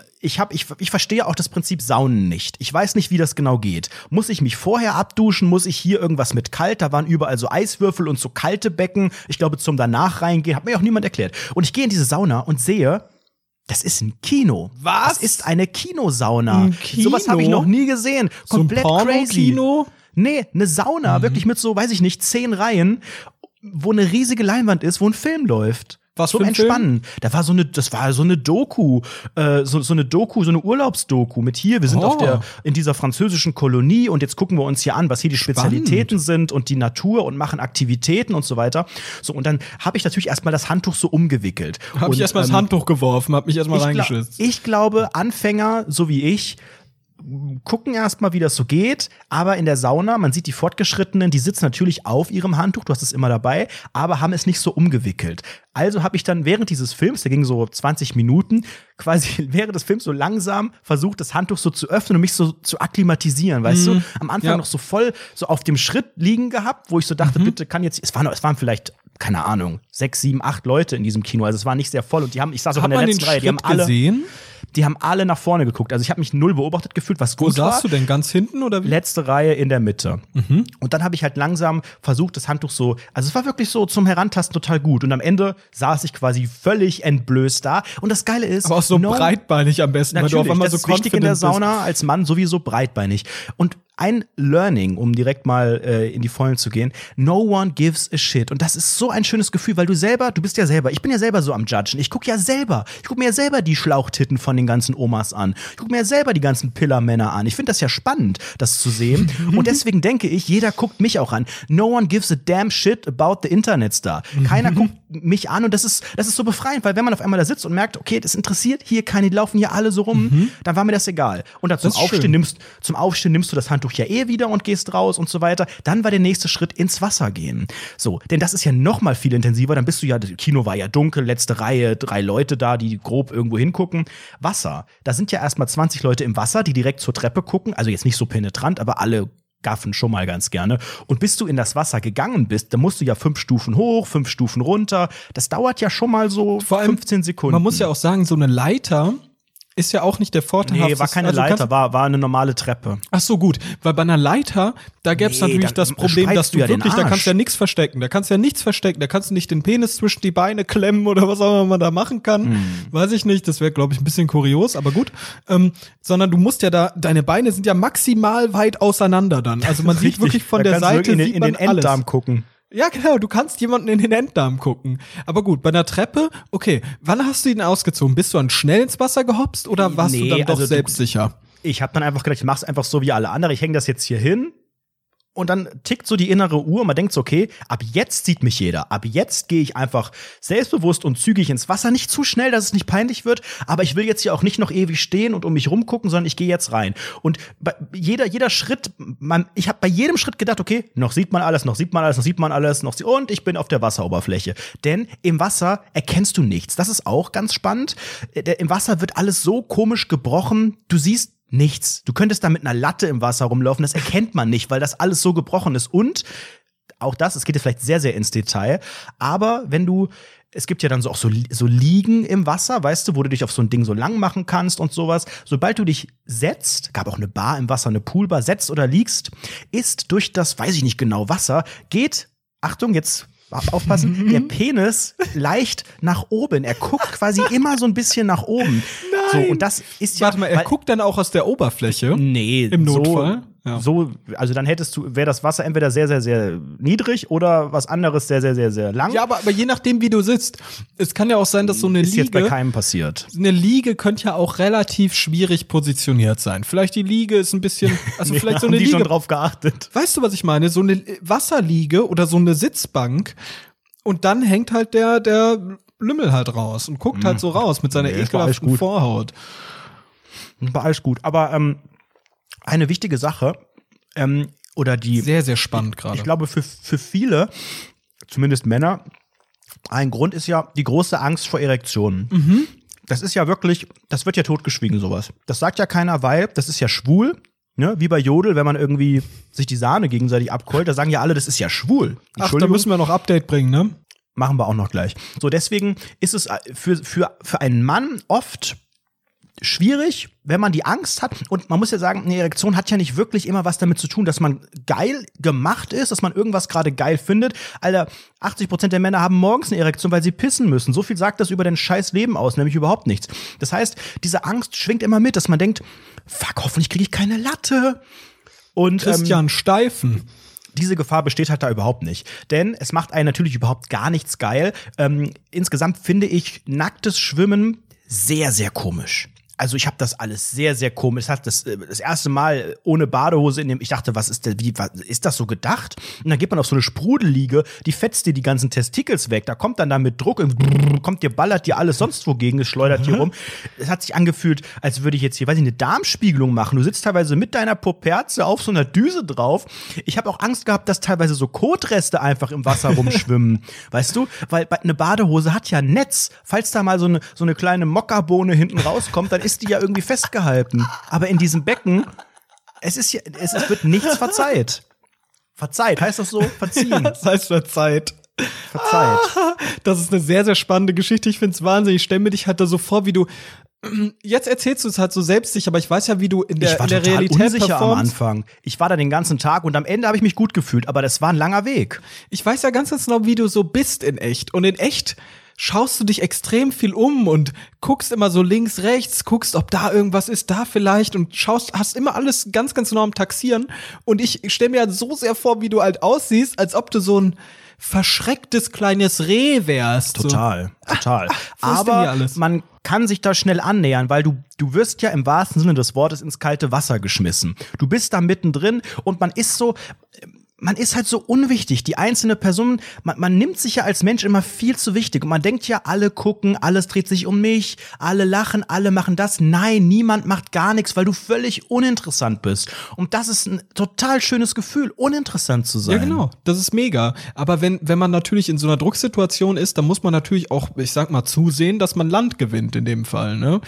ich verstehe auch das Prinzip Saunen nicht. Ich weiß nicht, wie das genau geht. Muss ich mich vorher abduschen? Muss ich hier irgendwas mit kalt? Da waren überall so Eiswürfel und so kalte Becken. Ich glaube, zum danach reingehen, hat mir auch niemand erklärt. Und ich gehe in diese Sauna und sehe, das ist ein Kino. Was? Das ist eine Kinosauna. Ein Kino? Sowas habe ich noch nie gesehen. Komplett so ein crazy. Porno-Kino? Nee, eine Sauna, wirklich mit so, weiß ich nicht, 10 Reihen, wo eine riesige Leinwand ist, wo ein Film läuft. Was so für ein entspannen. Das war so eine Doku, so eine Urlaubsdoku mit hier. Wir sind in dieser französischen Kolonie und jetzt gucken wir uns hier an, was hier die Spezialitäten sind und die Natur und machen Aktivitäten und so weiter. So, und dann habe ich natürlich erstmal das Handtuch so umgewickelt. Habe ich erstmal das Handtuch geworfen, habe mich erstmal reingeschützt. Ich glaube, Anfänger, so wie ich, gucken erstmal, wie das so geht, aber in der Sauna, man sieht die Fortgeschrittenen, die sitzen natürlich auf ihrem Handtuch, du hast es immer dabei, aber haben es nicht so umgewickelt. Also habe ich dann während dieses Films, der ging so 20 Minuten, quasi während des Films so langsam versucht, das Handtuch so zu öffnen und mich so zu akklimatisieren, weißt du? Am Anfang noch so voll so auf dem Schritt liegen gehabt, wo ich so dachte, bitte kann jetzt, es waren vielleicht, keine Ahnung, 6, 7, 8 Leute in diesem Kino, also es war nicht sehr voll und ich saß auch in der letzten Reihe, die haben alle nach vorne geguckt. Also ich habe mich null beobachtet gefühlt, was gut war. Wo saßt du denn? Ganz hinten oder wie? Letzte Reihe in der Mitte. Und dann habe ich halt langsam versucht, das Handtuch so, also es war wirklich so zum Herantasten total gut. Und am Ende saß ich quasi völlig entblößt da. Und das Geile ist, aber auch so breitbeinig am besten, weil du auf einmal das so ist wichtig in der Sauna bist. als Mann sowieso breitbeinig. Und ein Learning, um direkt mal in die Vollen zu gehen, no one gives a shit. Und das ist so ein schönes Gefühl, weil du bist ja selber, ich bin ja selber so am Judgen. Ich gucke mir ja selber die Schlauchtitten von den ganzen Omas an. Ich gucke mir ja selber die ganzen Pillermänner an. Ich finde das ja spannend, das zu sehen. Und deswegen denke ich, jeder guckt mich auch an. No one gives a damn shit about the Internetstar. Keiner guckt mich an und das ist so befreiend, weil wenn man auf einmal da sitzt und merkt, okay, das interessiert hier keine, die laufen hier alle so rum, dann war mir das egal. Und dann zum Aufstehen nimmst du das Handtuch ja wieder und gehst raus und so weiter. Dann war der nächste Schritt ins Wasser gehen. So, denn das ist ja noch mal viel intensiver. Dann bist du ja, das Kino war ja dunkel, letzte Reihe, 3 Leute da, die grob irgendwo hingucken. Wasser. Da sind ja erstmal 20 Leute im Wasser, die direkt zur Treppe gucken. Also jetzt nicht so penetrant, aber alle gaffen schon mal ganz gerne. Und bis du in das Wasser gegangen bist, dann musst du ja 5 Stufen hoch, 5 Stufen runter. Das dauert ja schon mal so vor allem 15 Sekunden. Man muss ja auch sagen, so eine Leiter ist ja auch nicht der Vorteil. Nee, war keine Leiter, war eine normale Treppe. Ach so, gut. Weil bei einer Leiter, da gäbe es natürlich das Problem, dass du wirklich, da kannst du ja nichts verstecken. Da kannst du nicht den Penis zwischen die Beine klemmen oder was auch immer man da machen kann. Weiß ich nicht, das wäre, glaube ich, ein bisschen kurios, aber gut. Sondern du musst ja deine Beine sind ja maximal weit auseinander dann. Also man sieht wirklich von der Seite, in den Enddarm gucken. Ja, genau, du kannst jemanden in den Enddarm gucken. Aber gut, bei einer Treppe, okay, wann hast du ihn ausgezogen? Bist du dann schnell ins Wasser gehopst oder warst du dann doch selbstsicher? Ich habe dann einfach gedacht, ich mach's einfach so wie alle anderen. Ich hänge das jetzt hier hin. Und dann tickt so die innere Uhr und man denkt so, okay, ab jetzt sieht mich jeder. Ab jetzt gehe ich einfach selbstbewusst und zügig ins Wasser. Nicht zu schnell, dass es nicht peinlich wird, aber ich will jetzt hier auch nicht noch ewig stehen und um mich rumgucken, sondern ich gehe jetzt rein. Und bei jeder Schritt, ich habe bei jedem Schritt gedacht, okay, noch sieht man alles, und ich bin auf der Wasseroberfläche. Denn im Wasser erkennst du nichts. Das ist auch ganz spannend. Im Wasser wird alles so komisch gebrochen, du siehst nichts. Du könntest da mit einer Latte im Wasser rumlaufen, das erkennt man nicht, weil das alles so gebrochen ist. Und auch das, es geht jetzt vielleicht sehr, sehr ins Detail, aber es gibt ja dann so auch so Liegen im Wasser, weißt du, wo du dich auf so ein Ding so lang machen kannst und sowas. Sobald du dich setzt, gab auch eine Bar im Wasser, eine Poolbar, setzt oder liegst, ist durch das, weiß ich nicht genau, Wasser, geht, Achtung, jetzt aufpassen, der Penis leicht nach oben. Er guckt quasi immer so ein bisschen nach oben. Nein. So, und das ist ja. Warte mal, er guckt dann auch aus der Oberfläche? Nee. Im Notfall? Also dann wäre das Wasser entweder sehr, sehr, sehr niedrig oder was anderes sehr, sehr, sehr, sehr lang. Ja, aber je nachdem, wie du sitzt. Es kann ja auch sein, dass so eine Liege. Ist jetzt bei keinem passiert. Eine Liege könnte ja auch relativ schwierig positioniert sein. Vielleicht die Liege ist ein bisschen, also Nee, vielleicht so haben eine die Liege. schon drauf geachtet. Weißt du, was ich meine? So eine Wasserliege oder so eine Sitzbank und dann hängt halt der Lümmel halt raus und guckt halt so raus mit seiner ekelhaften Vorhaut. War alles gut. Aber eine wichtige Sache, oder die. Sehr, sehr spannend gerade. Ich glaube, für viele, zumindest Männer, ein Grund ist ja die große Angst vor Erektionen. Mhm. Das ist ja wirklich, das wird ja totgeschwiegen, sowas. Das sagt ja keiner, weil das ist ja schwul. Ne? Wie bei Jodel, wenn man irgendwie sich die Sahne gegenseitig abkeult, da sagen ja alle, das ist ja schwul. Ach, da müssen wir noch Update bringen, ne? Machen wir auch noch gleich. So, deswegen ist es für einen Mann oft schwierig, wenn man die Angst hat. Und man muss ja sagen, eine Erektion hat ja nicht wirklich immer was damit zu tun, dass man geil gemacht ist, dass man irgendwas gerade geil findet. Alter, 80% der Männer haben morgens eine Erektion, weil sie pissen müssen. So viel sagt das über dein scheiß Leben aus, nämlich überhaupt nichts. Das heißt, diese Angst schwingt immer mit, dass man denkt, fuck, hoffentlich kriege ich keine Latte. Und Christian Steifen. Diese Gefahr besteht halt da überhaupt nicht. Denn es macht einen natürlich überhaupt gar nichts geil. Insgesamt finde ich nacktes Schwimmen sehr, sehr komisch. Also ich habe das alles sehr, sehr komisch. Das erste Mal ohne Badehose ich dachte, was ist das so gedacht? Und dann geht man auf so eine Sprudelliege, die fetzt dir die ganzen Testikels weg. Da kommt dann mit Druck, ballert dir alles sonst wogegen, es schleudert dir rum. Es hat sich angefühlt, als würde ich jetzt hier, weiß ich, eine Darmspiegelung machen. Du sitzt teilweise mit deiner Poperze auf so einer Düse drauf. Ich habe auch Angst gehabt, dass teilweise so Kotreste einfach im Wasser rumschwimmen. Weißt du? Weil eine Badehose hat ja ein Netz. Falls da mal so eine kleine Mokkabohne hinten rauskommt, dann ist die ja irgendwie festgehalten. Aber in diesem Becken, es wird nichts verzeiht. Verzeiht, heißt das so? Verziehen. Ja, das heißt verzeiht. Verzeiht. Das ist eine sehr, sehr spannende Geschichte. Ich find's wahnsinnig. Ich stelle mir dich halt da so vor, wie du. Jetzt erzählst du es halt so selbstsicher, aber ich weiß ja, wie du in der Realität unsicher am Anfang. Ich war da den ganzen Tag und am Ende habe ich mich gut gefühlt, aber das war ein langer Weg. Ich weiß ja ganz genau, wie du so bist in echt. Und in echt schaust du dich extrem viel um und guckst immer so links, rechts, guckst, ob da irgendwas ist, da vielleicht und hast immer alles ganz, ganz genau am Taxieren. Und ich stelle mir halt so sehr vor, wie du halt aussiehst, als ob du so ein verschrecktes kleines Reh wärst. Total. Aber man kann sich da schnell annähern, weil du wirst ja im wahrsten Sinne des Wortes ins kalte Wasser geschmissen. Du bist da mittendrin und man ist halt so unwichtig. Die einzelne Person, man nimmt sich ja als Mensch immer viel zu wichtig. Und man denkt ja, alle gucken, alles dreht sich um mich, alle lachen, alle machen das. Nein, niemand macht gar nichts, weil du völlig uninteressant bist. Und das ist ein total schönes Gefühl, uninteressant zu sein. Ja, genau. Das ist mega. Aber wenn man natürlich in so einer Drucksituation ist, dann muss man natürlich auch, ich sag mal, zusehen, dass man Land gewinnt in dem Fall, ne?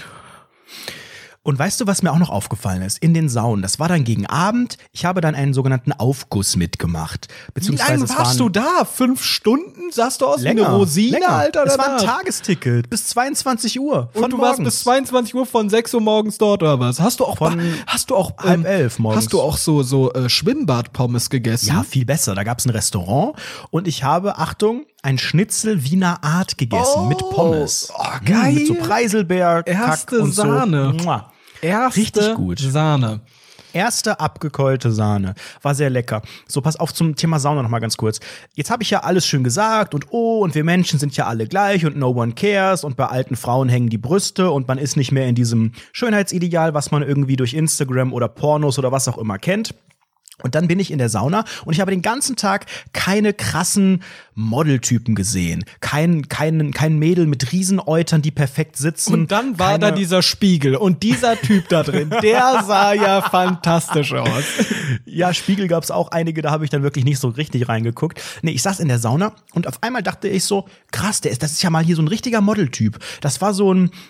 Und weißt du, was mir auch noch aufgefallen ist? In den Saunen, das war dann gegen Abend, ich habe dann einen sogenannten Aufguss mitgemacht. Wie lange warst du da? 5 Stunden? Sahst du aus wie eine Rosine, Alter? Das war ein Tagesticket bis 22 Uhr Und du warst bis 22 Uhr von 6 Uhr morgens dort oder was? Hast du auch 10:30 morgens. Hast du auch so Schwimmbad-Pommes gegessen? Ja, viel besser. Da gab's ein Restaurant und ich habe, Achtung, ein Schnitzel Wiener Art gegessen mit Pommes. Oh, geil. Mit so Preiselbeer, Erste Kack und Sahne. So. Erste Richtig gut. Sahne. Erste abgekeulte Sahne. War sehr lecker. So, pass auf zum Thema Sauna noch mal ganz kurz. Jetzt habe ich ja alles schön gesagt und wir Menschen sind ja alle gleich und no one cares und bei alten Frauen hängen die Brüste und man ist nicht mehr in diesem Schönheitsideal, was man irgendwie durch Instagram oder Pornos oder was auch immer kennt. Und dann bin ich in der Sauna und ich habe den ganzen Tag keine krassen Modeltypen gesehen. Kein Mädel mit Riesenäutern, die perfekt sitzen. Und dann war da dieser Spiegel und dieser Typ da drin, der sah ja fantastisch aus. Ja, Spiegel gab's auch einige, da habe ich dann wirklich nicht so richtig reingeguckt. Nee, ich saß in der Sauna und auf einmal dachte ich so, krass, das ist ja mal hier so ein richtiger Modeltyp. Das war so ein,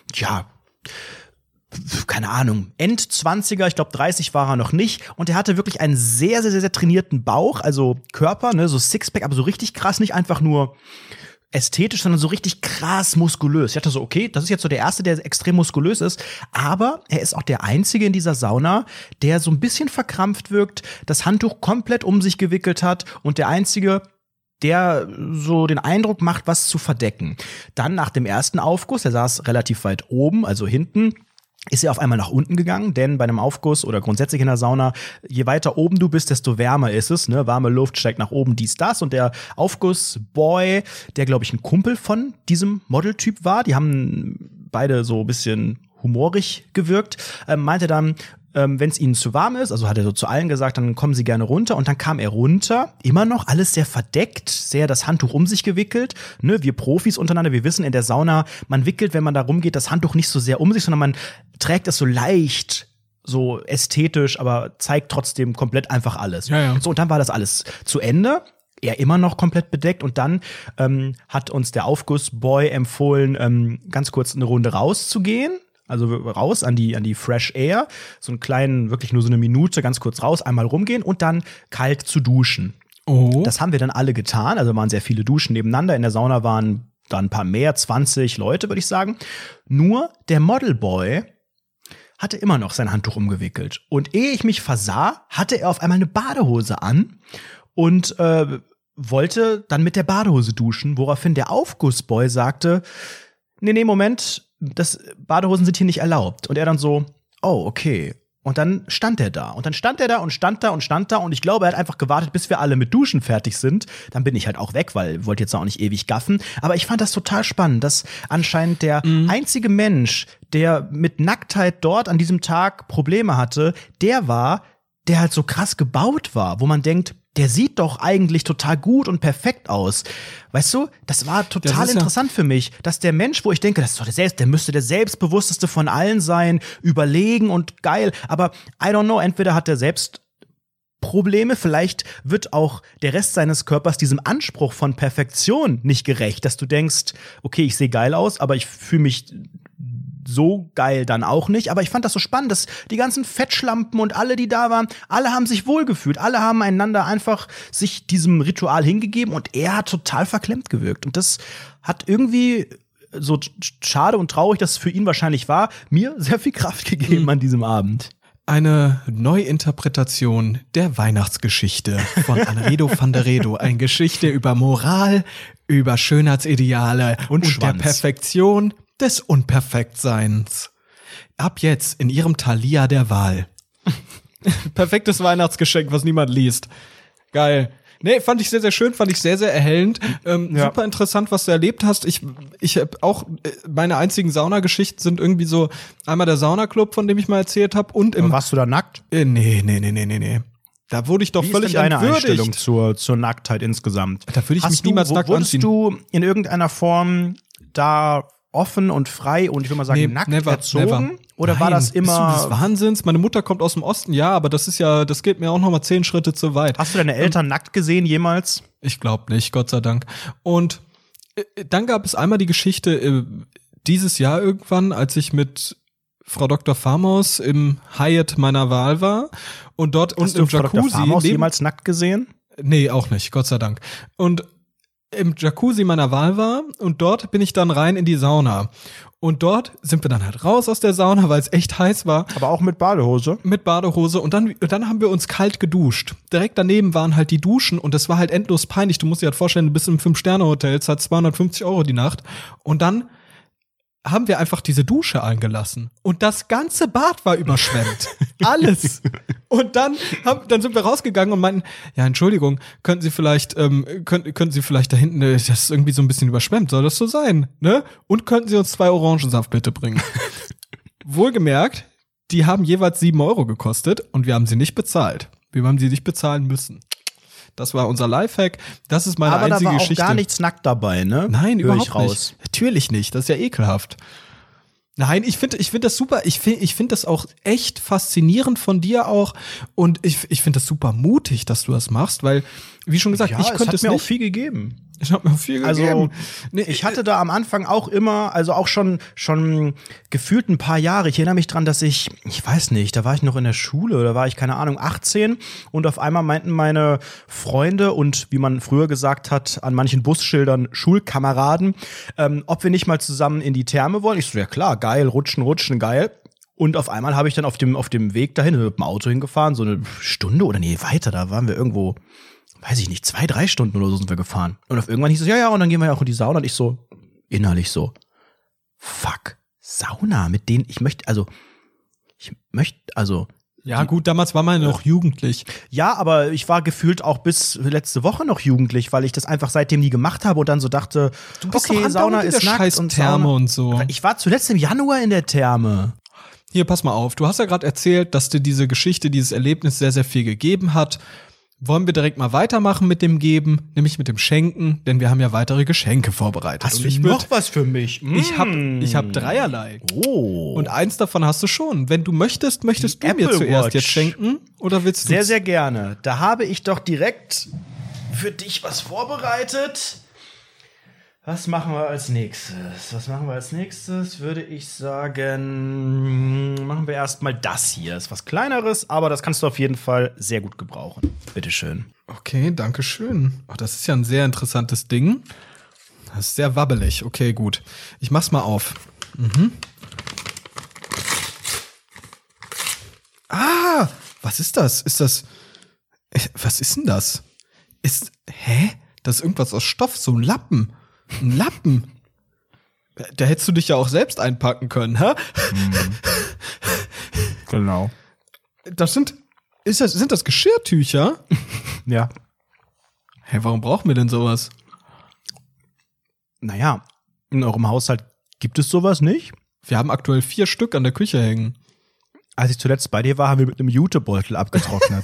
keine Ahnung, End-20er, ich glaube 30 war er noch nicht. Und er hatte wirklich einen sehr, sehr, sehr trainierten Bauch, also Körper, ne, so Sixpack, aber so richtig krass, nicht einfach nur ästhetisch, sondern so richtig krass muskulös. Ich dachte so, okay, das ist jetzt so der Erste, der extrem muskulös ist. Aber er ist auch der Einzige in dieser Sauna, der so ein bisschen verkrampft wirkt, das Handtuch komplett um sich gewickelt hat und der Einzige, der so den Eindruck macht, was zu verdecken. Dann nach dem ersten Aufguss, der saß relativ weit oben, also hinten, ist er auf einmal nach unten gegangen, denn bei einem Aufguss oder grundsätzlich in der Sauna, je weiter oben du bist, desto wärmer ist es, ne? Warme Luft steigt nach oben, dies, das. Und der Aufgussboy, der, glaube ich, ein Kumpel von diesem Modeltyp war, die haben beide so ein bisschen humorig gewirkt, meinte dann, wenn es ihnen zu warm ist, also hat er so zu allen gesagt, dann kommen sie gerne runter. Und dann kam er runter, immer noch alles sehr verdeckt, sehr das Handtuch um sich gewickelt. Ne, wir Profis untereinander, wir wissen in der Sauna, man wickelt, wenn man da rumgeht, das Handtuch nicht so sehr um sich, sondern man trägt es so leicht, so ästhetisch, aber zeigt trotzdem komplett einfach alles. Ja. So, und dann war das alles zu Ende. Er immer noch komplett bedeckt und dann hat uns der Aufgussboy empfohlen, ganz kurz eine Runde rauszugehen. Also raus an die Fresh Air, so einen kleinen, wirklich nur so eine Minute, ganz kurz raus, einmal rumgehen und dann kalt zu duschen. Oh. Das haben wir dann alle getan, also waren sehr viele Duschen nebeneinander. In der Sauna waren dann ein paar mehr, 20 Leute, würde ich sagen. Nur der Modelboy hatte immer noch sein Handtuch umgewickelt. Und ehe ich mich versah, hatte er auf einmal eine Badehose an und wollte dann mit der Badehose duschen, woraufhin der Aufgussboy sagte, nee, Moment, Badehosen sind hier nicht erlaubt. Und er dann so, oh, okay. Und dann stand er da. Und dann stand er da und stand da und stand da. Und ich glaube, er hat einfach gewartet, bis wir alle mit Duschen fertig sind. Dann bin ich halt auch weg, weil ich wollte jetzt auch nicht ewig gaffen. Aber ich fand das total spannend, dass anscheinend der einzige Mensch, der mit Nacktheit dort an diesem Tag Probleme hatte, der halt so krass gebaut war, wo man denkt, der sieht doch eigentlich total gut und perfekt aus. Weißt du, das war total interessant für mich, dass der Mensch, wo ich denke, das ist doch der müsste der selbstbewussteste von allen sein, überlegen und geil. Aber I don't know, entweder hat er selbst Probleme, vielleicht wird auch der Rest seines Körpers diesem Anspruch von Perfektion nicht gerecht, dass du denkst, okay, ich sehe geil aus, aber ich fühle mich so geil dann auch nicht. Aber ich fand das so spannend, dass die ganzen Fettschlampen und alle, die da waren, alle haben sich wohlgefühlt. Alle haben einander einfach sich diesem Ritual hingegeben und er hat total verklemmt gewirkt. Und das hat irgendwie, so schade und traurig, dass es für ihn wahrscheinlich war, mir sehr viel Kraft gegeben an diesem Abend. Eine Neuinterpretation der Weihnachtsgeschichte von Anredo van der Redo. Eine Geschichte über Moral, über Schönheitsideale und der Perfektion des Unperfektseins. Ab jetzt in ihrem Thalia der Wahl. Perfektes Weihnachtsgeschenk, was niemand liest. Geil. Nee, fand ich sehr, sehr schön, fand ich sehr, sehr erhellend. Super interessant, was du erlebt hast. Ich habe auch, meine einzigen Saunageschichten sind irgendwie so einmal der Saunaclub, von dem ich mal erzählt habe. Und im. Aber warst du da nackt? Nee. Da wurde ich doch völlig deine entwürdigt. Einstellung zur Nacktheit insgesamt? Da würde ich mich niemals nackt anziehen. Wurdest du in irgendeiner Form da offen und frei und ich würde mal sagen nackt erzogen? Oder Nein, war das immer bist du des Wahnsinns? Meine Mutter kommt aus dem Osten, ja, aber das geht mir auch noch mal 10 Schritte zu weit. Hast du deine Eltern nackt gesehen jemals? Ich glaube nicht, Gott sei Dank. Und dann gab es einmal die Geschichte dieses Jahr irgendwann, als ich mit Frau Dr. Farmaus im Hyatt meiner Wahl war und dort Hast und im du Frau Jacuzzi Dr. Farmaus jemals nackt gesehen? Nee, auch nicht, Gott sei Dank. Und im Jacuzzi meiner Wahl war und dort bin ich dann rein in die Sauna. Und dort sind wir dann halt raus aus der Sauna, weil es echt heiß war. Aber auch mit Badehose? Mit Badehose. Und dann haben wir uns kalt geduscht. Direkt daneben waren halt die Duschen und das war halt endlos peinlich. Du musst dir halt vorstellen, du bist im 5-Sterne-Hotel, zahlst 250 € die Nacht. Und dann haben wir einfach diese Dusche angelassen. Und das ganze Bad war überschwemmt. Alles. Und dann sind wir rausgegangen und meinten, ja, Entschuldigung, könnten Sie vielleicht da hinten, das ist irgendwie so ein bisschen überschwemmt, soll das so sein, ne? Und könnten Sie uns 2 Orangensaft bitte bringen? Wohlgemerkt, die haben jeweils 7 Euro gekostet und wir haben sie nicht bezahlt. Wir haben sie nicht bezahlen müssen. Das war unser Lifehack. Das ist meine einzige Geschichte. Aber da war auch gar nichts nackt dabei, ne? Nein, überhaupt nicht. Natürlich nicht. Das ist ja ekelhaft. Nein, ich finde das super. Ich finde das auch echt faszinierend von dir auch. Und ich finde das super mutig, dass du das machst, weil, wie schon gesagt, ich könnte es mir nicht. Auch viel gegeben. Ich habe mir auch viel gegeben. Also, ich hatte da am Anfang auch immer, also auch schon gefühlt ein paar Jahre. Ich erinnere mich dran, dass ich weiß nicht, da war ich noch in der Schule oder war ich, keine Ahnung, 18 und auf einmal meinten meine Freunde und wie man früher gesagt hat, an manchen Busschildern Schulkameraden, ob wir nicht mal zusammen in die Therme wollen. Ich so, ja klar, geil, rutschen, geil. Und auf einmal habe ich dann auf dem Weg dahin mit dem Auto hingefahren, so eine Stunde oder nee, weiter, da waren wir irgendwo, weiß ich nicht, 2-3 Stunden oder so sind wir gefahren. Und auf irgendwann hieß es, ja, und dann gehen wir ja auch in die Sauna. Und ich so, innerlich so, fuck, Sauna, mit denen ich möchte. Ja, gut, damals war man noch jugendlich. Ja, aber ich war gefühlt auch bis letzte Woche noch jugendlich, weil ich das einfach seitdem nie gemacht habe und dann so dachte, okay, Sauna ist nackt und Therme Sauna. Und so. Ich war zuletzt im Januar in der Therme. Hier, pass mal auf. Du hast ja gerade erzählt, dass dir diese Geschichte, dieses Erlebnis sehr, sehr viel gegeben hat. Wollen wir direkt mal weitermachen mit dem Geben, nämlich mit dem Schenken, denn wir haben ja weitere Geschenke vorbereitet. Hast du noch was für mich? Ich hab dreierlei. Oh. Und eins davon hast du schon. Wenn du möchtest du Apple mir zuerst Watch. jetzt schenken? Oder willst du? Sehr, sehr gerne. Da habe ich doch direkt für dich was vorbereitet. Was machen wir als nächstes? Würde ich sagen, machen wir erstmal das hier. Ist was Kleineres, aber das kannst du auf jeden Fall sehr gut gebrauchen. Bitteschön. Okay, danke schön. Oh, das ist ja ein sehr interessantes Ding. Das ist sehr wabbelig. Okay, gut. Ich mach's mal auf. Ah, was ist das? Was ist denn das? Das ist irgendwas aus Stoff, so ein Lappen. Ein Lappen. Da hättest du dich ja auch selbst einpacken können, hä? Genau. Sind das Geschirrtücher? Ja. Hey, warum brauchen wir denn sowas? Naja, in eurem Haushalt gibt es sowas nicht? Wir haben aktuell 4 Stück an der Küche hängen. Als ich zuletzt bei dir war, haben wir mit einem Jutebeutel abgetrocknet.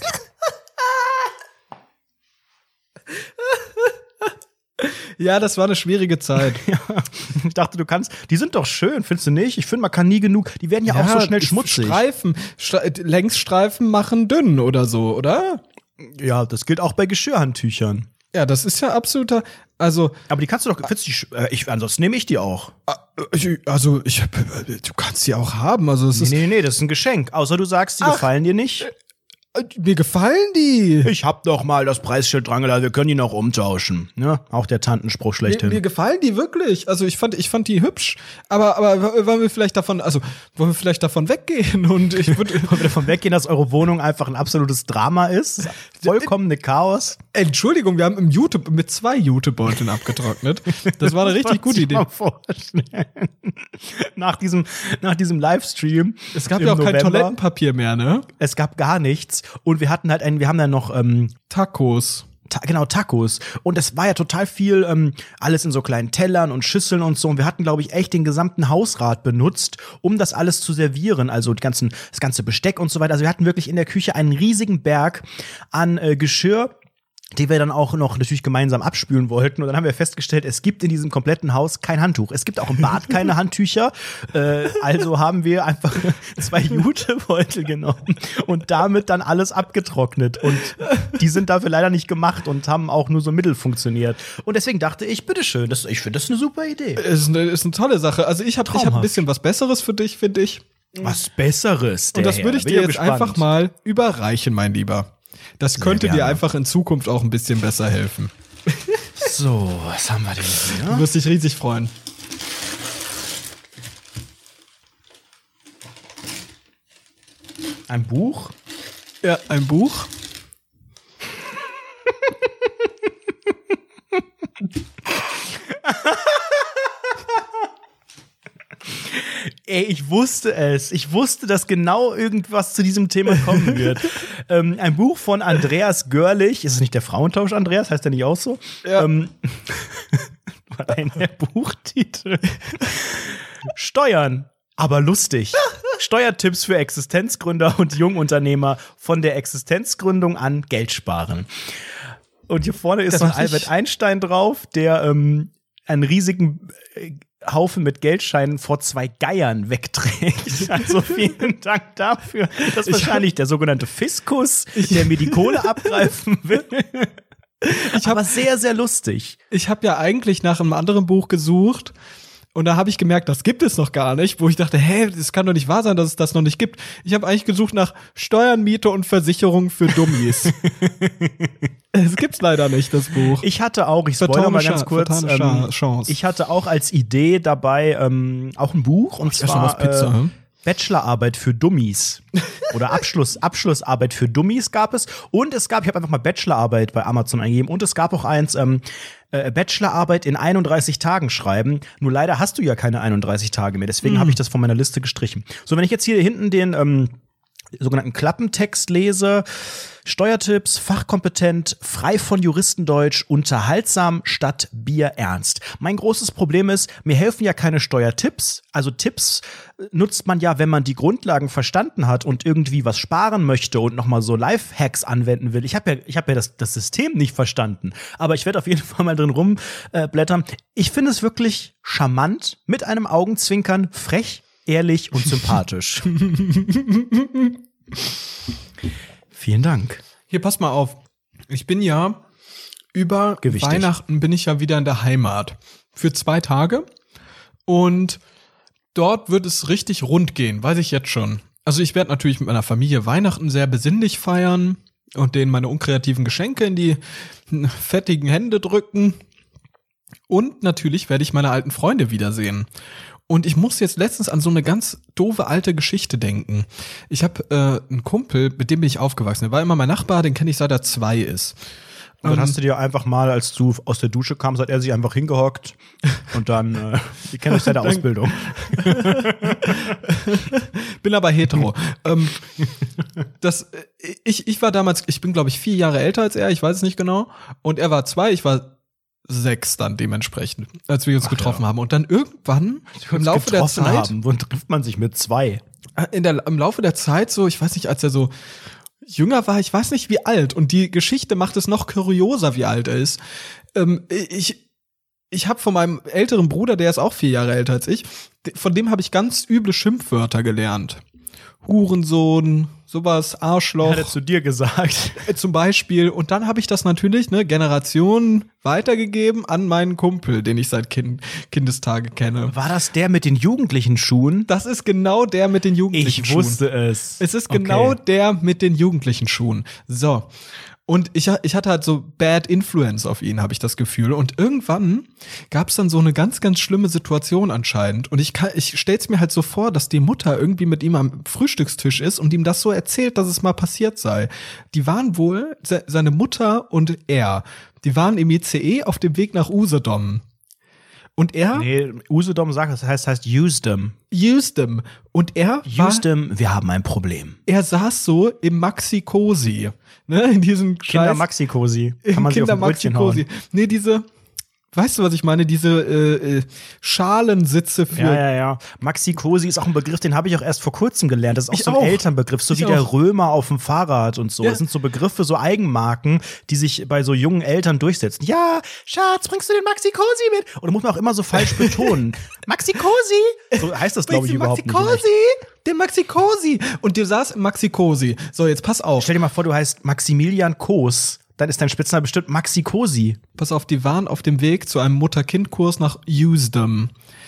Ja, das war eine schwierige Zeit. Ja, ich dachte, die sind doch schön, findest du nicht? Ich finde, man kann nie genug, die werden ja auch so schnell schmutzig. Längsstreifen machen dünn oder so, oder? Ja, das gilt auch bei Geschirrhandtüchern. Ja, das ist ja absoluter, also. Aber die kannst du doch, ansonsten nehme ich die auch. Du kannst die auch haben, also es ist. Nee, das ist ein Geschenk. Außer du sagst, die gefallen dir nicht. Mir gefallen die. Ich hab doch mal das Preisschild dran gelassen, wir können die noch umtauschen. Ja, auch der Tantenspruch schlechthin. Mir gefallen die wirklich. Also ich fand die hübsch. Aber wollen wir vielleicht davon weggehen? Und wollen wir davon weggehen, dass eure Wohnung einfach ein absolutes Drama ist? Vollkommene Chaos. Entschuldigung, wir haben mit 2 Jutebeuteln abgetrocknet. Das war eine richtig gute Idee. Mal vorstellen. Nach diesem Livestream. Es gab ja auch kein Toilettenpapier mehr, ne? Es gab gar nichts. Und wir haben dann noch Tacos. Tacos. Und es war ja total viel, alles in so kleinen Tellern und Schüsseln und so. Und wir hatten, glaube ich, echt den gesamten Hausrat benutzt, um das alles zu servieren. Also das ganze Besteck und so weiter. Also wir hatten wirklich in der Küche einen riesigen Berg an Geschirr, die wir dann auch noch natürlich gemeinsam abspülen wollten. Und dann haben wir festgestellt, es gibt in diesem kompletten Haus kein Handtuch. Es gibt auch im Bad keine Handtücher. Also haben wir einfach 2 Jutebeutel genommen und damit dann alles abgetrocknet. Und die sind dafür leider nicht gemacht und haben auch nur so mittel funktioniert. Und deswegen dachte ich, bitteschön, ich finde das eine super Idee. Ist eine tolle Sache. Also ich hab ein bisschen was Besseres für dich, finde ich. Was Besseres? Und das würde ich dir jetzt einfach mal überreichen, mein Lieber. Das könnte dir einfach in Zukunft auch ein bisschen besser helfen. So, was haben wir denn hier? Du wirst dich riesig freuen. Ein Buch? Ja, ein Buch. Ey, ich wusste es. Ich wusste, dass genau irgendwas zu diesem Thema kommen wird. Ein Buch von Andreas Görlich. Ist es nicht der Frauentausch Andreas? Heißt der nicht auch so? Ja. Ein Buchtitel. Steuern, aber lustig. Steuertipps für Existenzgründer und Jungunternehmer von der Existenzgründung an Geld sparen. Und hier vorne ist noch Albert Einstein drauf, der einen riesigen Haufen mit Geldscheinen vor 2 Geiern wegträgt. Also vielen Dank dafür. Das ist wahrscheinlich der sogenannte Fiskus, der mir die Kohle abgreifen will. Aber sehr, sehr lustig. Ich habe ja eigentlich nach einem anderen Buch gesucht. Und da habe ich gemerkt, das gibt es noch gar nicht, wo ich dachte, das kann doch nicht wahr sein, dass es das noch nicht gibt. Ich habe eigentlich gesucht nach Steuern, Miete und Versicherung für Dummies. Es gibt's leider nicht, das Buch. Ich hatte auch, ich spoilere mal ganz kurz, ich hatte auch als Idee dabei auch ein Buch, und zwar Pizza, Bachelorarbeit für Dummies. Oder Abschlussarbeit für Dummies gab es. Und ich habe einfach mal Bachelorarbeit bei Amazon eingegeben. Und es gab auch eins, Bachelorarbeit in 31 Tagen schreiben. Nur leider hast du ja keine 31 Tage mehr. Deswegen habe ich das von meiner Liste gestrichen. So, wenn ich jetzt hier hinten den sogenannten Klappentext lese: Steuertipps, fachkompetent, frei von Juristendeutsch, unterhaltsam statt bierernst. Mein großes Problem ist, mir helfen ja keine Steuertipps. Also Tipps nutzt man ja, wenn man die Grundlagen verstanden hat und irgendwie was sparen möchte und nochmal so Lifehacks anwenden will. Ich hab ja das System nicht verstanden. Aber ich werde auf jeden Fall mal drin rumblättern. Ich finde es wirklich charmant, mit einem Augenzwinkern, frech, ehrlich und sympathisch. Vielen Dank. Hier, pass mal auf. Ich bin ja über Gewichtig. Weihnachten bin ich ja wieder in der Heimat. Für 2 Tage. Und dort wird es richtig rund gehen, weiß ich jetzt schon. Also ich werde natürlich mit meiner Familie Weihnachten sehr besinnlich feiern und denen meine unkreativen Geschenke in die fettigen Hände drücken. Und natürlich werde ich meine alten Freunde wiedersehen. Und ich muss jetzt letztens an so eine ganz doofe alte Geschichte denken. Ich habe einen Kumpel, mit dem bin ich aufgewachsen. Der war immer mein Nachbar, den kenne ich seit er 2 ist. Und dann hast du dir einfach mal, als du aus der Dusche kamst, hat er sich einfach hingehockt und dann, ich kenne euch seit der Ausbildung. Bin aber hetero. Ich war damals, ich bin glaube ich 4 Jahre älter als er, ich weiß es nicht genau. Und er war 2, ich war 6 dann dementsprechend, als wir uns getroffen haben. Und dann irgendwann im Laufe der Zeit. Wann trifft man sich mit 2? Im Laufe der Zeit, so, ich weiß nicht, als er so jünger war, ich weiß nicht wie alt. Und die Geschichte macht es noch kurioser, wie alt er ist. Ich habe von meinem älteren Bruder, der ist auch 4 Jahre älter als ich, von dem habe ich ganz üble Schimpfwörter gelernt. Hurensohn, sowas, Arschloch. Hat er zu dir gesagt. Zum Beispiel. Und dann habe ich das natürlich, Generationen weitergegeben an meinen Kumpel, den ich seit Kindestage kenne. War das der mit den jugendlichen Schuhen? Das ist genau der mit den jugendlichen Schuhen. Ich wusste es. Es ist genau der mit den jugendlichen Schuhen. So. Und ich hatte halt so Bad Influence auf ihn, habe ich das Gefühl. Und irgendwann gab es dann so eine ganz, ganz schlimme Situation anscheinend. Und ich stell's mir halt so vor, dass die Mutter irgendwie mit ihm am Frühstückstisch ist und ihm das so erzählt, dass es mal passiert sei. Die waren wohl, seine Mutter und er, die waren im ICE auf dem Weg nach Usedom. Und er? Nee, Usedom sagt, das heißt Usedom. Usedom. Und er Usedom, wir haben ein Problem. Er saß so im Maxi-Cosi. In diesem Kinder-Maxi-Cosi. Kann man sich auf ein Brötchen hauen. Nee, weißt du, was ich meine? Diese Schalensitze für. Ja. Maxi-Cosi ist auch ein Begriff, den habe ich auch erst vor kurzem gelernt. Das ist auch so ein Elternbegriff, so wie der Römer auf dem Fahrrad und so. Ja. Das sind so Begriffe, so Eigenmarken, die sich bei so jungen Eltern durchsetzen. Ja, Schatz, bringst du den Maxi-Cosi mit? Und da muss man auch immer so falsch betonen. Maxi-Cosi? So heißt das, glaube ich, überhaupt nicht. Den Maxi-Cosi! Und du saß im Maxi-Cosi. So, jetzt pass auf. Stell dir mal vor, du heißt Maximilian Kos. Dann ist dein Spitzname bestimmt Maxi-Cosi. Pass auf, die waren auf dem Weg zu einem Mutter-Kind-Kurs nach Usedom.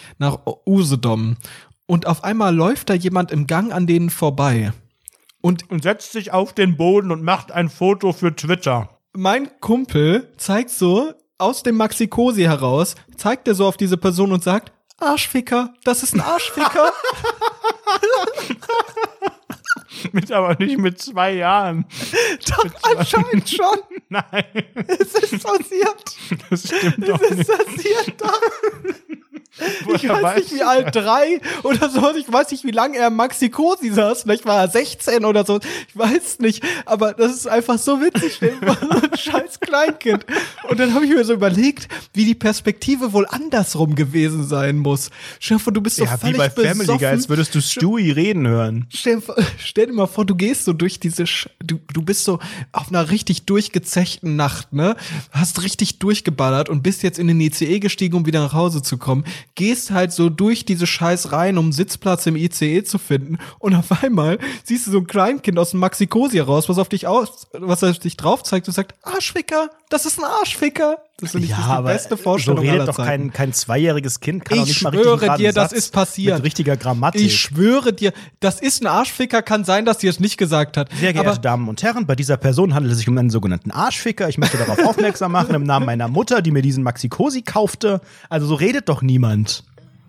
Und auf einmal läuft da jemand im Gang an denen vorbei. Und setzt sich auf den Boden und macht ein Foto für Twitter. Mein Kumpel zeigt so aus dem Maxi-Cosi heraus, zeigt er so auf diese Person und sagt, Arschficker, das ist ein Arschficker. Aber nicht mit 2 Jahren. Doch, anscheinend schon. Nein. Es ist passiert. Das stimmt doch Es ist nicht. passiert, doch. Ich Woher weiß nicht, wie alt, 3 oder so. Ich weiß nicht, wie lange er im Maxi-Cosi saß. Vielleicht war er 16 oder so. Ich weiß nicht. Aber das ist einfach so witzig. Stell dir mal so ein scheiß Kleinkind. Und dann habe ich mir so überlegt, wie die Perspektive wohl andersrum gewesen sein muss. Stell dir vor, du bist so Ja, wie völlig bei Family besoffen. Guy, als würdest du Stewie reden hören. Stell dir mal vor, du gehst so durch diese, du bist so auf einer richtig durchgezechten Nacht, ne? Hast richtig durchgeballert und bist jetzt in den ICE gestiegen, um wieder nach Hause zu kommen. Gehst halt so durch diese Scheiß rein, um einen Sitzplatz im ICE zu finden. Und auf einmal siehst du so ein Kleinkind aus dem Maxi-Cosi raus, was auf dich drauf zeigt und sagt, Arschficker, das ist ein Arschficker. Das finde ich Ja, das ist die aber beste Vorstellung so redet aller doch Zeiten. kein 2-jähriges Kind. Kann doch Ich nicht mal richtig schwöre einen dir, das Satz ist passiert. Mit richtiger Grammatik. Ich schwöre dir, das ist ein Arschficker, kann sein, dass sie es nicht gesagt hat. Sehr geehrte Aber Damen und Herren, bei dieser Person handelt es sich um einen sogenannten Arschficker. Ich möchte darauf aufmerksam machen, im Namen meiner Mutter, die mir diesen Maxi-Cosi kaufte. Also so redet doch niemand.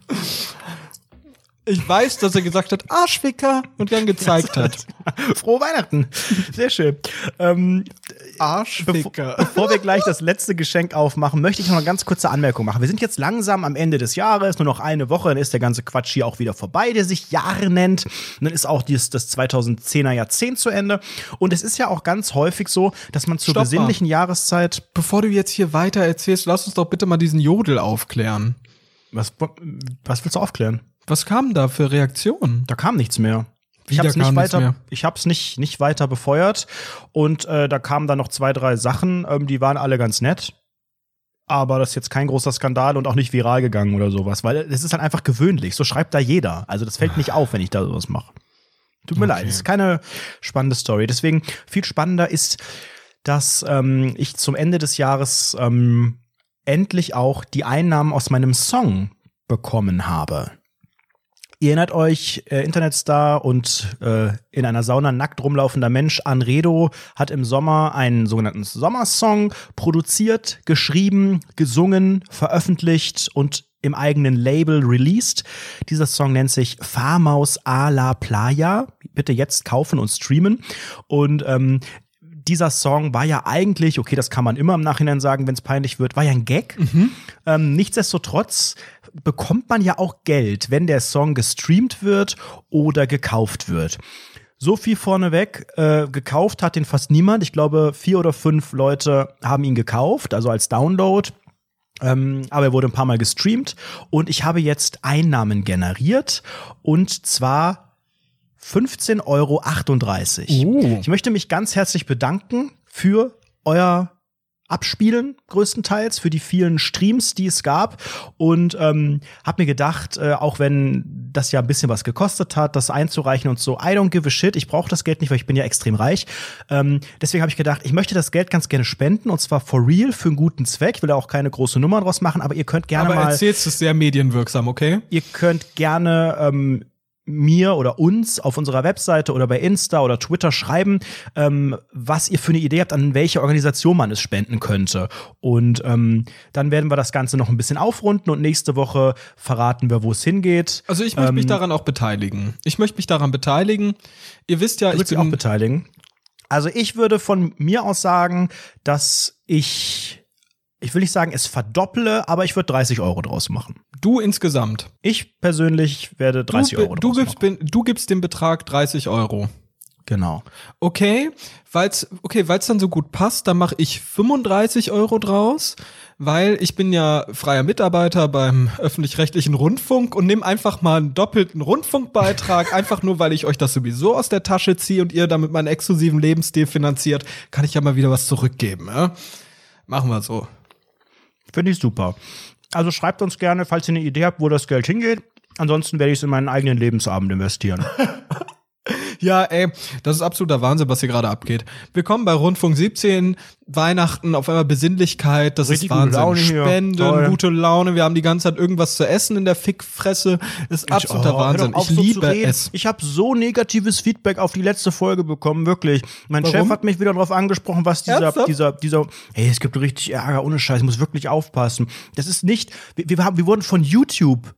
ich weiß, dass er gesagt hat, Arschficker, und dann gezeigt hat. Frohe Weihnachten. Sehr schön. Arschficker. Bevor wir gleich das letzte Geschenk aufmachen, möchte ich noch eine ganz kurze Anmerkung machen. Wir sind jetzt langsam am Ende des Jahres, nur noch eine Woche, dann ist der ganze Quatsch hier auch wieder vorbei, der sich Jahre nennt. Und dann ist auch das 2010er Jahrzehnt zu Ende. Und es ist ja auch ganz häufig so, dass man zur Stopp mal. besinnlichen Jahreszeit. Bevor du jetzt hier weiter erzählst, lass uns doch bitte mal diesen Jodel aufklären. Was willst du aufklären? Was kamen da für Reaktionen? Da kam nichts mehr. Ich Wie, habe da es nicht kam nichts weiter, mehr? ich hab's nicht weiter befeuert. Und da kamen dann noch 2, 3 Sachen, die waren alle ganz nett. Aber das ist jetzt kein großer Skandal und auch nicht viral gegangen oder sowas, weil es ist halt einfach gewöhnlich. So schreibt da jeder. Also das fällt nicht auf, wenn ich da sowas mache. Tut mir leid, es ist keine spannende Story. Deswegen viel spannender ist, dass ich zum Ende des Jahres endlich auch die Einnahmen aus meinem Song bekommen habe. Ihr erinnert euch, Internetstar und in einer Sauna nackt rumlaufender Mensch Anredo hat im Sommer einen sogenannten Sommersong produziert, geschrieben, gesungen, veröffentlicht und im eigenen Label released. Dieser Song nennt sich Farmaus a la Playa. Bitte jetzt kaufen und streamen. Und dieser Song war ja eigentlich, okay, das kann man immer im Nachhinein sagen, wenn es peinlich wird, war ja ein Gag. Nichtsdestotrotz bekommt man ja auch Geld, wenn der Song gestreamt wird oder gekauft wird. So viel vorneweg, gekauft hat den fast niemand. Ich glaube, 4 oder 5 Leute haben ihn gekauft, also als Download. Aber er wurde ein paar Mal gestreamt und ich habe jetzt Einnahmen generiert und zwar 15,38 €. Ich möchte mich ganz herzlich bedanken für euer Abspielen größtenteils, für die vielen Streams, die es gab und habe mir gedacht, auch wenn das ja ein bisschen was gekostet hat, das einzureichen und so, I don't give a shit, ich brauche das Geld nicht, weil ich bin ja extrem reich. Deswegen habe ich gedacht, ich möchte das Geld ganz gerne spenden und zwar for real, für einen guten Zweck. Ich will da auch keine große Nummer draus machen, aber ihr könnt gerne Aber mal erzählst es sehr medienwirksam, okay? Ihr könnt gerne mir oder uns auf unserer Webseite oder bei Insta oder Twitter schreiben, was ihr für eine Idee habt, an welche Organisation man es spenden könnte. Und dann werden wir das Ganze noch ein bisschen aufrunden und nächste Woche verraten wir, wo es hingeht. Also ich möchte mich daran auch beteiligen. Ich möchte mich daran beteiligen. Ihr wisst ja, Ich würde auch beteiligen. Also ich würde von mir aus sagen, dass ich will nicht sagen, es verdopple, aber ich würde 30 € draus machen. Du insgesamt. Ich persönlich werde 30 € draus machen. Du gibst den Betrag 30 €. Genau. Okay, weil's dann so gut passt, dann mache ich 35 € draus, weil ich bin ja freier Mitarbeiter beim öffentlich-rechtlichen Rundfunk und nehme einfach mal einen doppelten Rundfunkbeitrag, einfach nur, weil ich euch das sowieso aus der Tasche ziehe und ihr damit meinen exklusiven Lebensstil finanziert, kann ich ja mal wieder was zurückgeben. Ja? Machen wir so. Finde ich super. Also schreibt uns gerne, falls ihr eine Idee habt, wo das Geld hingeht. Ansonsten werde ich es in meinen eigenen Lebensabend investieren. Ja, ey, das ist absoluter Wahnsinn, was hier gerade abgeht. Willkommen bei Rundfunk 17, Weihnachten, auf einmal Besinnlichkeit, das Richtig ist Wahnsinn. gute Laune hier. Spenden, Toll. gute Laune, wir haben die ganze Zeit irgendwas zu essen in der Fickfresse. Das ist absoluter Wahnsinn. Ich liebe es. Ich habe so negatives Feedback auf die letzte Folge bekommen, wirklich. Mein Chef hat mich wieder darauf angesprochen, was dieser, hey, es gibt richtig Ärger, ohne Scheiß, ich muss wirklich aufpassen. Das ist nicht, wir wurden von YouTube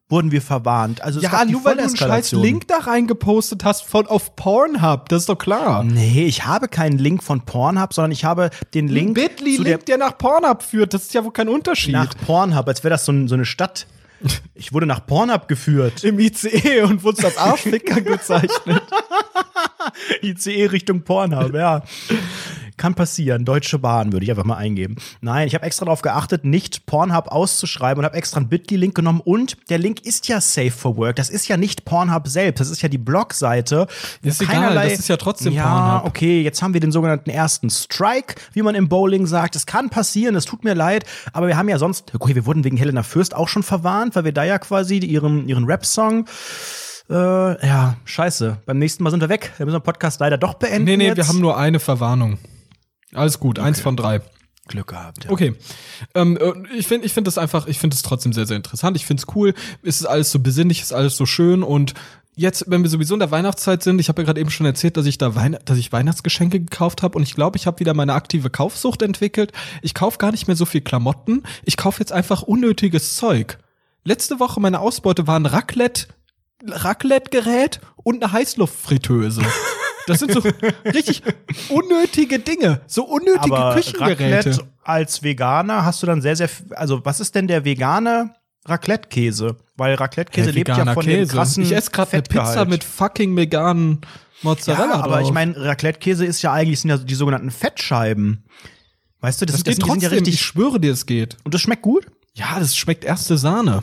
wurden wir verwarnt. Also es Ja, gab die nur weil du einen scheiß Volleskalation. Link da reingepostet hast auf Pornhub, das ist doch klar. Nee, ich habe keinen Link von Pornhub, sondern ich habe den Link zu Bitly-Link, der nach Pornhub führt, das ist ja wohl kein Unterschied. nach Pornhub, als wäre das so eine Stadt. Ich wurde nach Pornhub geführt. Im ICE und wurde als Arschficker gezeichnet. ICE Richtung Pornhub, ja. Kann passieren. Deutsche Bahn würde ich einfach mal eingeben. Nein, ich habe extra darauf geachtet, nicht Pornhub auszuschreiben und habe extra einen Bitly-Link genommen. Und der Link ist ja Safe for Work. Das ist ja nicht Pornhub selbst. Das ist ja die Blogseite. Ist egal, das ist ja trotzdem Pornhub. Okay, jetzt haben wir den sogenannten ersten Strike, wie man im Bowling sagt. Es kann passieren, es tut mir leid. Aber wir haben ja sonst, okay, wir wurden wegen Helena Fürst auch schon verwarnt, weil wir da ja quasi ihren Rap-Song ja, scheiße. Beim nächsten Mal sind wir weg. Wir müssen den Podcast leider doch beenden. Nee, jetzt. wir haben nur eine Verwarnung. Alles gut, 1 von 3. Glück gehabt. Ja. Okay. Ich finde das einfach, ich finde es trotzdem sehr, sehr interessant. Ich finde es cool. Es ist alles so besinnlich, es ist alles so schön. Und jetzt, wenn wir sowieso in der Weihnachtszeit sind, ich habe ja gerade eben schon erzählt, dass ich Weihnachtsgeschenke gekauft habe. Und ich glaube, ich habe wieder meine aktive Kaufsucht entwickelt. Ich kaufe gar nicht mehr so viel Klamotten. Ich kaufe jetzt einfach unnötiges Zeug. Letzte Woche meine Ausbeute waren Raclette-Gerät und eine Heißluftfritteuse. Das sind so richtig unnötige Dinge, so unnötige Aber Küchengeräte. Raclette als Veganer hast du dann sehr, sehr, also was ist denn der vegane Raclette-Käse? Weil Raclette-Käse lebt ja von dem krassen Ich esse gerade eine Pizza Fettgehalt. mit fucking veganen Mozzarella Ja, aber drauf. ich meine, Raclette-Käse ist ja eigentlich, sind ja die sogenannten Fettscheiben. Weißt du, das geht die sind trotzdem, ja richtig, ich schwöre dir, es geht. und das schmeckt gut? Ja, das schmeckt erste Sahne.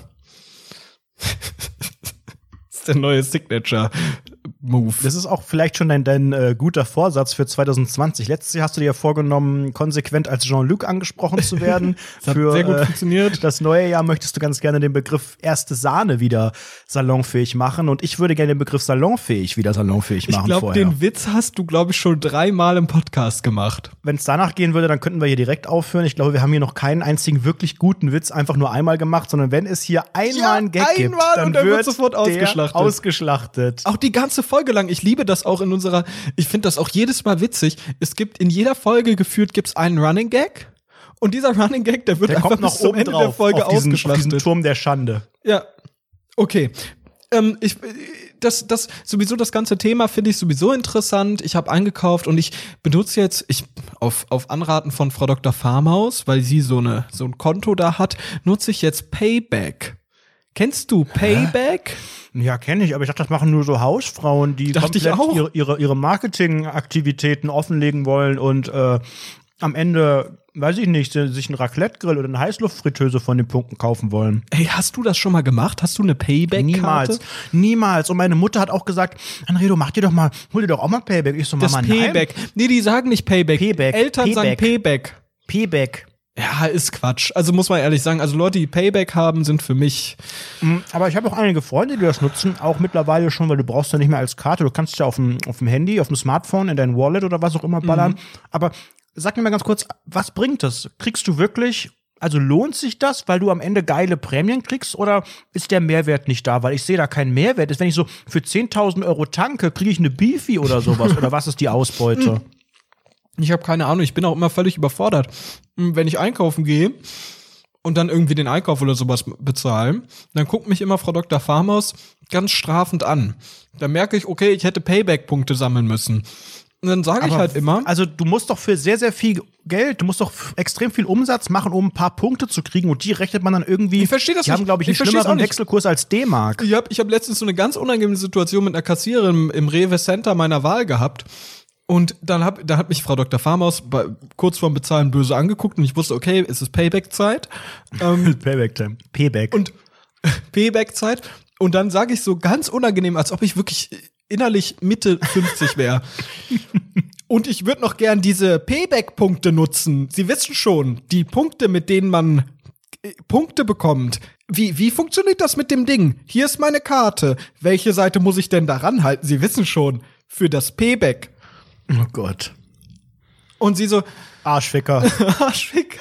Das ist der neue Signature-Move. Das ist auch vielleicht schon dein guter Vorsatz für 2020. Letztes Jahr hast du dir ja vorgenommen, konsequent als Jean-Luc angesprochen zu werden. Das hat sehr gut funktioniert. Das neue Jahr möchtest du ganz gerne den Begriff erste Sahne wieder salonfähig machen. Und ich würde gerne den Begriff salonfähig wieder salonfähig machen Ich glaube, vorher. den Witz hast du, glaube ich, schon 3-mal im Podcast gemacht. Wenn es danach gehen würde, dann könnten wir hier direkt aufhören. Ich glaube, wir haben hier noch keinen einzigen wirklich guten Witz einfach nur einmal gemacht, sondern wenn es hier einmal einen Gag gibt, dann und dann wird wird sofort der ausgeschlachtet. Auch die ganze Folge lang. Ich liebe das auch in unserer, ich finde das auch jedes Mal witzig. Es gibt in jeder Folge gefühlt gibt's einen Running Gag. Und dieser Running Gag, der wird Der einfach kommt noch bis zum oben Ende der drauf Folge auf diesen ausgeschlachtet. Turm der Schande. Ja. Okay. Das sowieso das ganze Thema finde ich sowieso interessant. Ich habe eingekauft und ich benutze jetzt, auf Anraten von Frau Dr. Farmaus, weil sie so ein Konto da hat, nutze ich jetzt Payback. Kennst du Payback? Ja, kenne ich, aber ich dachte, das machen nur so Hausfrauen, die Dachte ich komplett auch. ihre Marketingaktivitäten offenlegen wollen und am Ende, weiß ich nicht, sich einen Raclette-Grill oder eine Heißluftfritteuse von den Punkten kaufen wollen. Ey, hast du das schon mal gemacht? Hast du eine Payback-Karte? Niemals. Und meine Mutter hat auch gesagt, Anredo, hol dir doch auch mal Payback. Ich so, Das Mama, Payback. Nee, die sagen nicht Payback. Payback. Eltern sagen Payback. Payback. Ja, ist Quatsch. Also muss man ehrlich sagen, also Leute, die Payback haben, sind für mich. Aber ich habe auch einige Freunde, die das nutzen, auch mittlerweile schon, weil du brauchst ja nicht mehr als Karte, du kannst ja auf dem Handy, auf dem Smartphone, in dein Wallet oder was auch immer ballern. Aber sag mir mal ganz kurz, was bringt das? Kriegst du wirklich, also lohnt sich das, weil du am Ende geile Prämien kriegst oder ist der Mehrwert nicht da? Weil ich sehe da keinen Mehrwert. Ist, wenn ich so für 10.000 Euro tanke, kriege ich eine Beefy oder sowas oder was ist die Ausbeute? Ich habe keine Ahnung, ich bin auch immer völlig überfordert. Wenn ich einkaufen gehe und dann irgendwie den Einkauf oder sowas bezahlen, dann guckt mich immer Frau Dr. Farmaus ganz strafend an. Dann merke ich, okay, ich hätte Payback-Punkte sammeln müssen. Und dann sage ich halt immer. Also du musst doch für sehr, sehr viel Geld, du musst doch extrem viel Umsatz machen, um ein paar Punkte zu kriegen und die rechnet man dann irgendwie. Ich verstehe das die nicht. haben, glaube ich, einen Ich versteh's auch schlimmeren nicht. Wechselkurs als D-Mark. Ich hab letztens so eine ganz unangenehme Situation mit einer Kassiererin im Rewe Center meiner Wahl gehabt. Und dann hat mich Frau Dr. Farmaus kurz vorm Bezahlen böse angeguckt und ich wusste, okay, es ist Payback-Zeit. Payback-Time. Payback. Und Payback-Zeit. Und dann sage ich so ganz unangenehm, als ob ich wirklich innerlich Mitte 50 wäre. Und ich würde noch gern diese Payback-Punkte nutzen. Sie wissen schon, die Punkte, mit denen man Punkte bekommt. Wie funktioniert das mit dem Ding? Hier ist meine Karte. Welche Seite muss ich denn daran halten? Sie wissen schon, für das Payback. Oh Gott. Und sie so, Arschficker. Arschficker.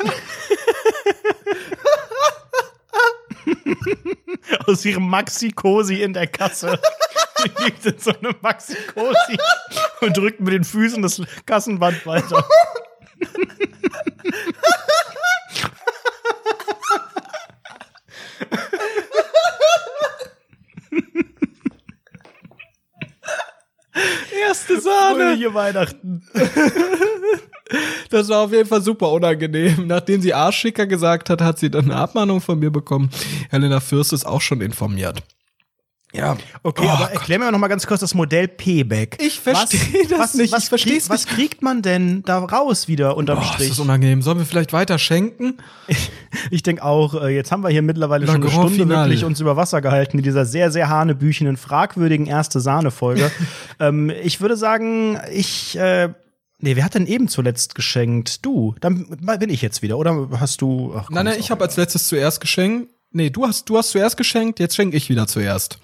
Aus ihrem Maxi-Cosi in der Kasse. Die liegt in so einem Maxi-Cosi und drückt mit den Füßen das Kassenband weiter. Fröhliche Weihnachten. Das war auf jeden Fall super unangenehm. Nachdem sie Arschschicker gesagt hat, hat sie dann eine Abmahnung von mir bekommen. Helena Fürst ist auch schon informiert. Ja. Okay, aber erklär mir noch mal ganz kurz das Modell Payback. Ich verstehe das nicht. Ich verstehe es nicht. Was kriegt man denn da raus wieder unterm Strich? Das ist unangenehm. Sollen wir vielleicht weiter schenken? Ich denke auch, jetzt haben wir hier mittlerweile schon eine Stunde wirklich uns über Wasser gehalten in dieser sehr, sehr hanebüchenen, fragwürdigen erste Sahne-Folge. Ich würde sagen, wer hat denn eben zuletzt geschenkt? Du, dann bin ich jetzt wieder, oder hast du? Ach, komm, nein, ich habe als letztes zuerst geschenkt. Nee, du hast zuerst geschenkt, jetzt schenke ich wieder zuerst.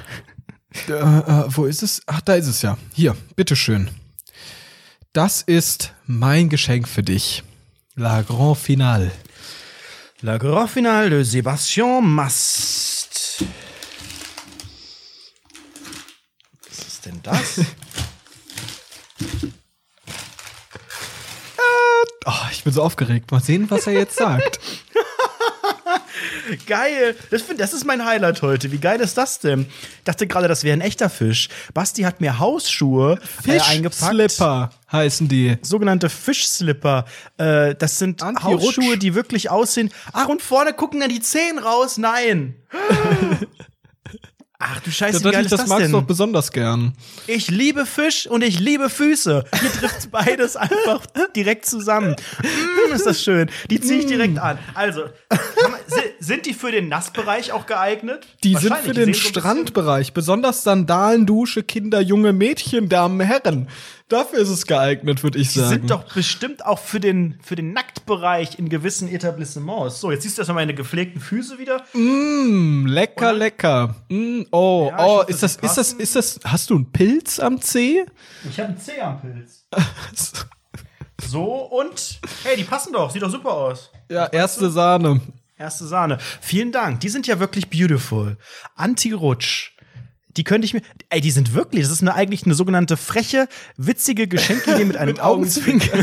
Wo ist es? Ach, da ist es ja. Hier, bitteschön. Das ist mein Geschenk für dich. La Grand Finale. La Grand Finale de Sébastien Mast. Was ist denn das? Ich bin so aufgeregt. Mal sehen, was er jetzt sagt. Geil. Das ist mein Highlight heute. Wie geil ist das denn? Ich dachte gerade, das wäre ein echter Fisch. Basti hat mir Hausschuhe eingepackt. Fischslipper heißen die. Sogenannte Fischslipper. Das sind Hausschuhe, die wirklich aussehen. Ach, und vorne gucken dann die Zehen raus. Nein. Ach du Scheiße, wie geil ist das denn? Das magst du doch besonders gern. Ich liebe Fisch und ich liebe Füße. Hier trifft beides einfach direkt zusammen. Ist das schön. Die ziehe ich direkt an. Also, sind die für den Nassbereich auch geeignet? Die sind für den Strandbereich. Besonders Sandalen, Dusche, Kinder, junge Mädchen, Damen, Herren. Dafür ist es geeignet, würde ich sagen. Die sind doch bestimmt auch für den Nacktbereich in gewissen Etablissements. So, jetzt siehst du erstmal meine gepflegten Füße wieder. Lecker, oder? Lecker. Ist das, hast du einen Pilz am Zeh? Ich habe einen Zeh am Pilz. So, und, hey, die passen doch, sieht doch super aus. Ja, erste Sahne. Erste Sahne. Vielen Dank, die sind ja wirklich beautiful. Anti-Rutsch. Die könnte ich mir, die sind wirklich, das ist eigentlich eine sogenannte freche, witzige Geschenkidee mit einem Augenzwinkern.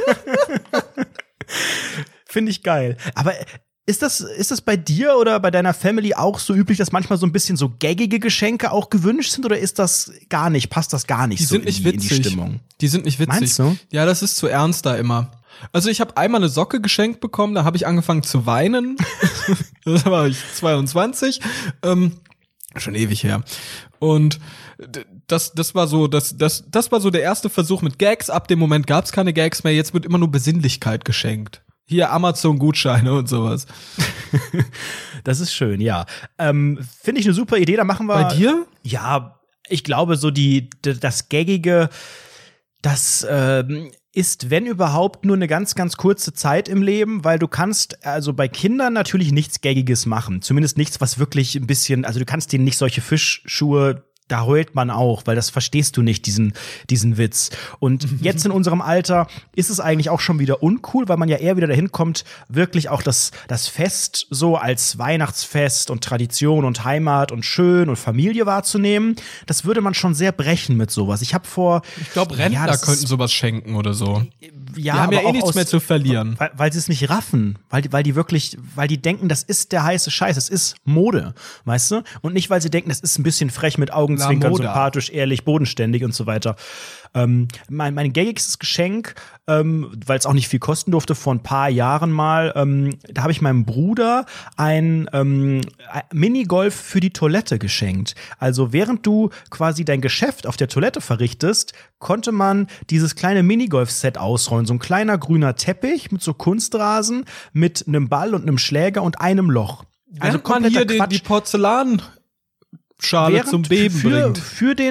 Finde ich geil. Aber ist das bei dir oder bei deiner Family auch so üblich, dass manchmal so ein bisschen so gaggige Geschenke auch gewünscht sind, oder ist das gar nicht, passt das gar nicht in die Stimmung? Die sind nicht witzig. Meinst du? Ja, das ist zu ernst da immer. Also ich habe einmal eine Socke geschenkt bekommen, da habe ich angefangen zu weinen. Da war ich 22. Schon ewig her. Und das war so der erste Versuch mit Gags. Ab dem Moment gab es keine Gags mehr. Jetzt wird immer nur Besinnlichkeit geschenkt. Hier Amazon-Gutscheine und sowas. Das ist schön, ja. Finde ich eine super Idee. Da machen wir. Bei dir? Ja, ich glaube so das Gaggige, das ist, wenn überhaupt, nur eine ganz, ganz kurze Zeit im Leben, weil du kannst also bei Kindern natürlich nichts Gaggiges machen. Zumindest nichts, was wirklich ein bisschen, also du kannst denen nicht solche Fischschuhe, da heult man auch, weil das verstehst du nicht, diesen Witz. Und jetzt in unserem Alter ist es eigentlich auch schon wieder uncool, weil man ja eher wieder dahin kommt, wirklich auch das Fest so als Weihnachtsfest und Tradition und Heimat und schön und Familie wahrzunehmen. Das würde man schon sehr brechen mit sowas. Ich glaube, Rentner könnten sowas schenken oder so. Ja, die haben ja eh nichts mehr zu verlieren. Weil sie es nicht raffen. Weil die denken, das ist der heiße Scheiß. Es ist Mode, weißt du? Und nicht, weil sie denken, das ist ein bisschen frech mit Augenzwinkern, sympathisch, ehrlich, bodenständig und so weiter. Mein gaggigstes Geschenk, weil es auch nicht viel kosten durfte, vor ein paar Jahren mal, da habe ich meinem Bruder ein Minigolf für die Toilette geschenkt. Also während du quasi dein Geschäft auf der Toilette verrichtest, konnte man dieses kleine Minigolf-Set ausrollen. So ein kleiner grüner Teppich mit so Kunstrasen, mit einem Ball und einem Schläger und einem Loch. Also kommt hier die Porzellanschale zum Beben bringt.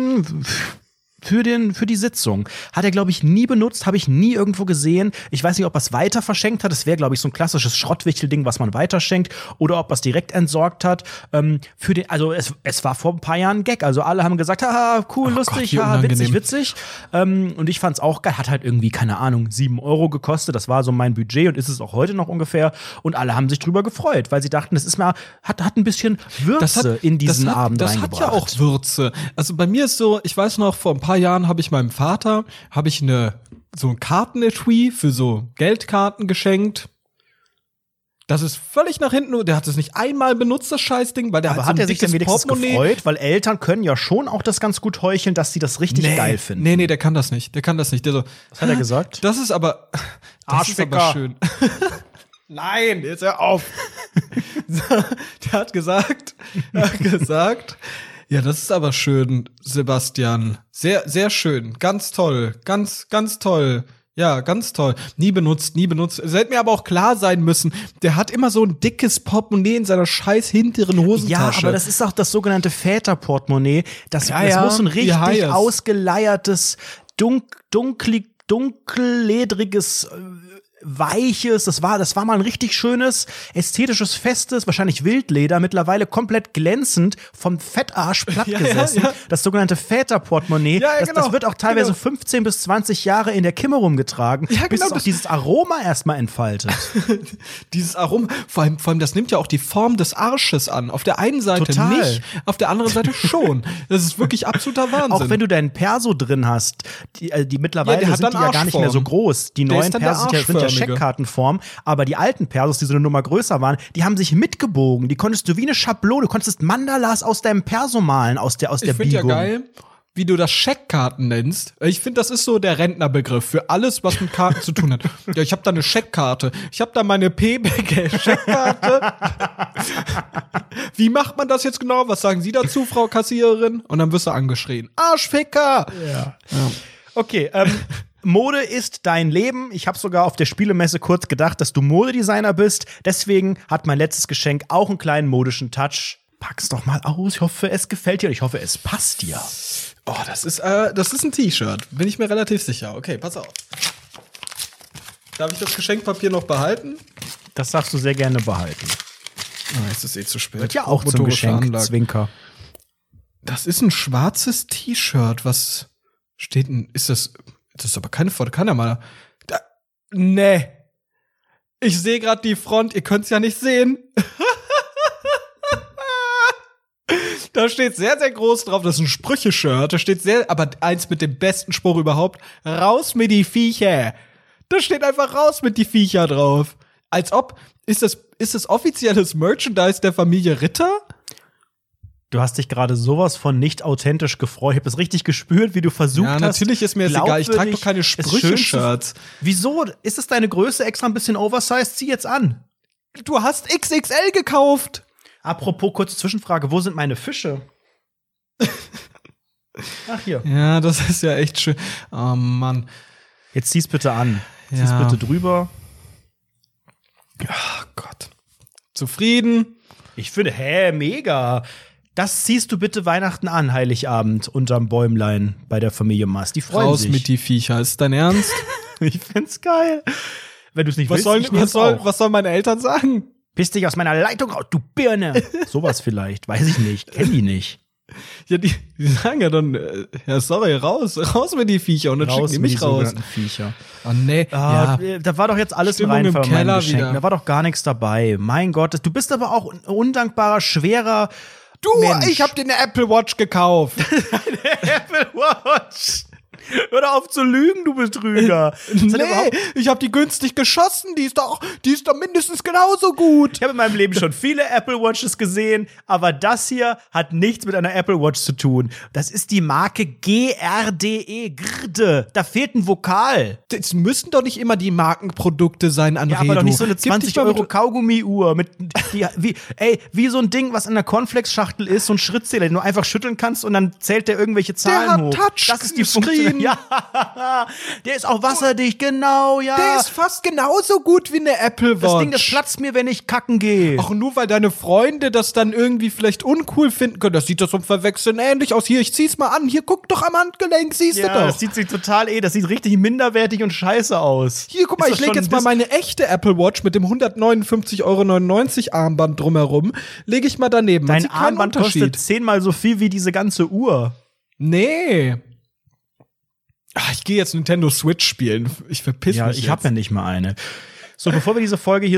Für die Sitzung. Hat er, glaube ich, nie benutzt, habe ich nie irgendwo gesehen. Ich weiß nicht, ob er es weiter verschenkt hat. Das wäre, glaube ich, so ein klassisches Schrottwichtel-Ding, was man weiterschenkt. Oder ob er es direkt entsorgt hat. Also es war vor ein paar Jahren ein Gag. Also alle haben gesagt, haha, cool, lustig, haha, witzig. Und ich fand's auch geil. Hat halt irgendwie, keine Ahnung, 7 € gekostet. Das war so mein Budget und ist es auch heute noch ungefähr. Und alle haben sich drüber gefreut, weil sie dachten, das ist mal, hat ein bisschen Würze in diesen Abend reingebracht. Das hat ja auch Würze. Also bei mir ist so, ich weiß noch, vor ein paar Jahren habe ich meinem Vater so ein Kartenetui für so Geldkarten geschenkt. Das ist völlig nach hinten. Der hat es nicht einmal benutzt, das Scheißding, weil der Aber so hat ein er sich dickes denn wenigstens Portemonnaie. gefreut? Weil Eltern können ja schon auch das ganz gut heucheln, dass sie das richtig geil finden. Nee, der kann das nicht. Der so, Was hat er gesagt? das ist aber Arschficker. schön. Nein, jetzt hör auf. Der hat gesagt, ja, das ist aber schön, Sebastian. Sehr, sehr schön. Ganz toll. Ganz, ganz toll. Ja, ganz toll. Nie benutzt. Es hätte mir aber auch klar sein müssen, der hat immer so ein dickes Portemonnaie in seiner scheiß hinteren Hosentasche. Ja, aber das ist auch das sogenannte Väterportemonnaie. Das Ja, muss ein richtig wie heiß. ausgeleiertes, dunkelledriges, weiches, das war mal ein richtig schönes, ästhetisches, festes, wahrscheinlich Wildleder, mittlerweile komplett glänzend, vom Fettarsch plattgesessen. Ja. Das sogenannte Väterportemonnaie. Ja, das genau, wird auch teilweise genau. 15 bis 20 Jahre in der Kimme rumgetragen, Ja, bis genau, es auch dieses Aroma erstmal entfaltet. Dieses Aroma, vor allem, das nimmt ja auch die Form des Arsches an. Auf der einen Seite Total. nicht, auf der anderen Seite schon. Das ist wirklich absoluter Wahnsinn. Auch wenn du deinen Perso drin hast, die mittlerweile der hat sind die dann ja gar nicht mehr so Arschform. groß. Die Der neuen ist dann der Persos sind ja Arschförmige. Scheckkartenform, aber die alten Persos, die so eine Nummer größer waren, die haben sich mitgebogen. Die konntest du wie eine Schablone, du konntest Mandalas aus deinem Perso malen, aus der ich finde ja Biegung. geil, wie du das Scheckkarten nennst. Ich finde, das ist so der Rentnerbegriff für alles, was mit Karten zu tun hat. Ja, ich habe da eine Scheckkarte. Ich habe da meine P-Bag-Scheckkarte. Wie macht man das jetzt genau? Was sagen Sie dazu, Frau Kassiererin? Und dann wirst du angeschrien. Arschficker! Ja. Okay, Mode ist dein Leben. Ich habe sogar auf der Spielemesse kurz gedacht, dass du Modedesigner bist. Deswegen hat mein letztes Geschenk auch einen kleinen modischen Touch. Pack's doch mal aus. Ich hoffe, es gefällt dir. Ich hoffe, es passt dir. Oh, das ist ein T-Shirt. Bin ich mir relativ sicher. Okay, pass auf. Darf ich das Geschenkpapier noch behalten? Das darfst du sehr gerne behalten. Oh, jetzt ist es zu spät. Wird ja auch zum Motorische Geschenk, Anlage. Zwinker. Das ist ein schwarzes T-Shirt. Was steht denn? Ist das ist aber keine Foto. Kann ja mal. Nee. Ich sehe gerade die Front. Ihr könnt's ja nicht sehen. Da steht sehr, sehr groß drauf. Das ist ein Sprüche-Shirt. Da steht aber eins mit dem besten Spruch überhaupt. Raus mit die Viecher. Da steht einfach raus mit die Viecher drauf. Als ob, ist das offizielles Merchandise der Familie Ritter? Du hast dich gerade sowas von nicht authentisch gefreut. Ich habe es richtig gespürt, wie du versucht hast. Ja, natürlich ist mir das egal. Ich trage doch keine Sprüche-Shirts. Wieso? Ist es deine Größe extra ein bisschen oversized? Zieh jetzt an. Du hast XXL gekauft. Apropos, kurze Zwischenfrage. Wo sind meine Fische? Ach, hier. Ja, das ist ja echt schön. Oh, Mann. Jetzt zieh's bitte an. Zieh's Ja. bitte drüber. Oh Gott. Zufrieden? Ich finde, mega. Das ziehst du bitte Weihnachten an, Heiligabend, unterm Bäumlein bei der Familie Mast. Die freuen Raus sich. mit die Viecher. Ist dein Ernst? Ich find's geil. Wenn du es nicht willst, ich nehm's auch. Was sollen meine Eltern sagen? Piss dich aus meiner Leitung raus, du Birne. Sowas vielleicht, weiß ich nicht, kenn die nicht. Ja, die sagen ja dann, ja, sorry, raus mit die Viecher und dann schicken die mit mich die raus. sogenannten Viecher. Oh, nee. Da war doch jetzt alles Stimmung ein im Reinfall von meinen Keller Geschenken. wieder. Da war doch gar nichts dabei. Mein Gott, du bist aber auch ein undankbarer, schwerer Mensch. Ich hab dir eine Apple Watch gekauft. Apple Watch. Hör doch auf zu lügen, du Betrüger. Ich hab die günstig geschossen. Die ist doch mindestens genauso gut. Ich habe in meinem Leben schon viele Apple Watches gesehen, aber das hier hat nichts mit einer Apple Watch zu tun. Das ist die Marke GRDE. Grde. Da fehlt ein Vokal. Das müssen doch nicht immer die Markenprodukte sein, André. Ja, aber doch nicht so eine Gib dich 20 mal mit- Euro Kaugummi-Uhr wie so ein Ding, was in der Cornflakes-Schachtel ist, so ein Schrittzähler, den du einfach schütteln kannst und dann zählt der irgendwelche Zahlen hat hoch. Touchscreen. Das ist die Funktion. Ja, der ist auch wasserdicht, genau, ja. Der ist fast genauso gut wie eine Apple Watch. das Ding, das platzt mir, wenn ich kacken gehe. Ach, nur weil deine Freunde das dann irgendwie vielleicht uncool finden können. Das sieht doch zum Verwechseln ähnlich aus. Hier, ich zieh's mal an. Hier, guck doch am Handgelenk, siehst du Ja, doch. das sieht sich total das sieht richtig minderwertig und scheiße aus. Hier, guck mal, Ist ich das leg schon jetzt mal meine echte Apple Watch mit dem 159,99 € Armband drumherum. Lege ich mal daneben. Man Dein sieht keinen Armband Unterschied. kostet 10-mal so viel wie diese ganze Uhr. Nee. Ach, ich gehe jetzt Nintendo Switch spielen. Ich verpiss Ja, mich ich jetzt. habe ja nicht mal eine. So, bevor wir diese Folge hier so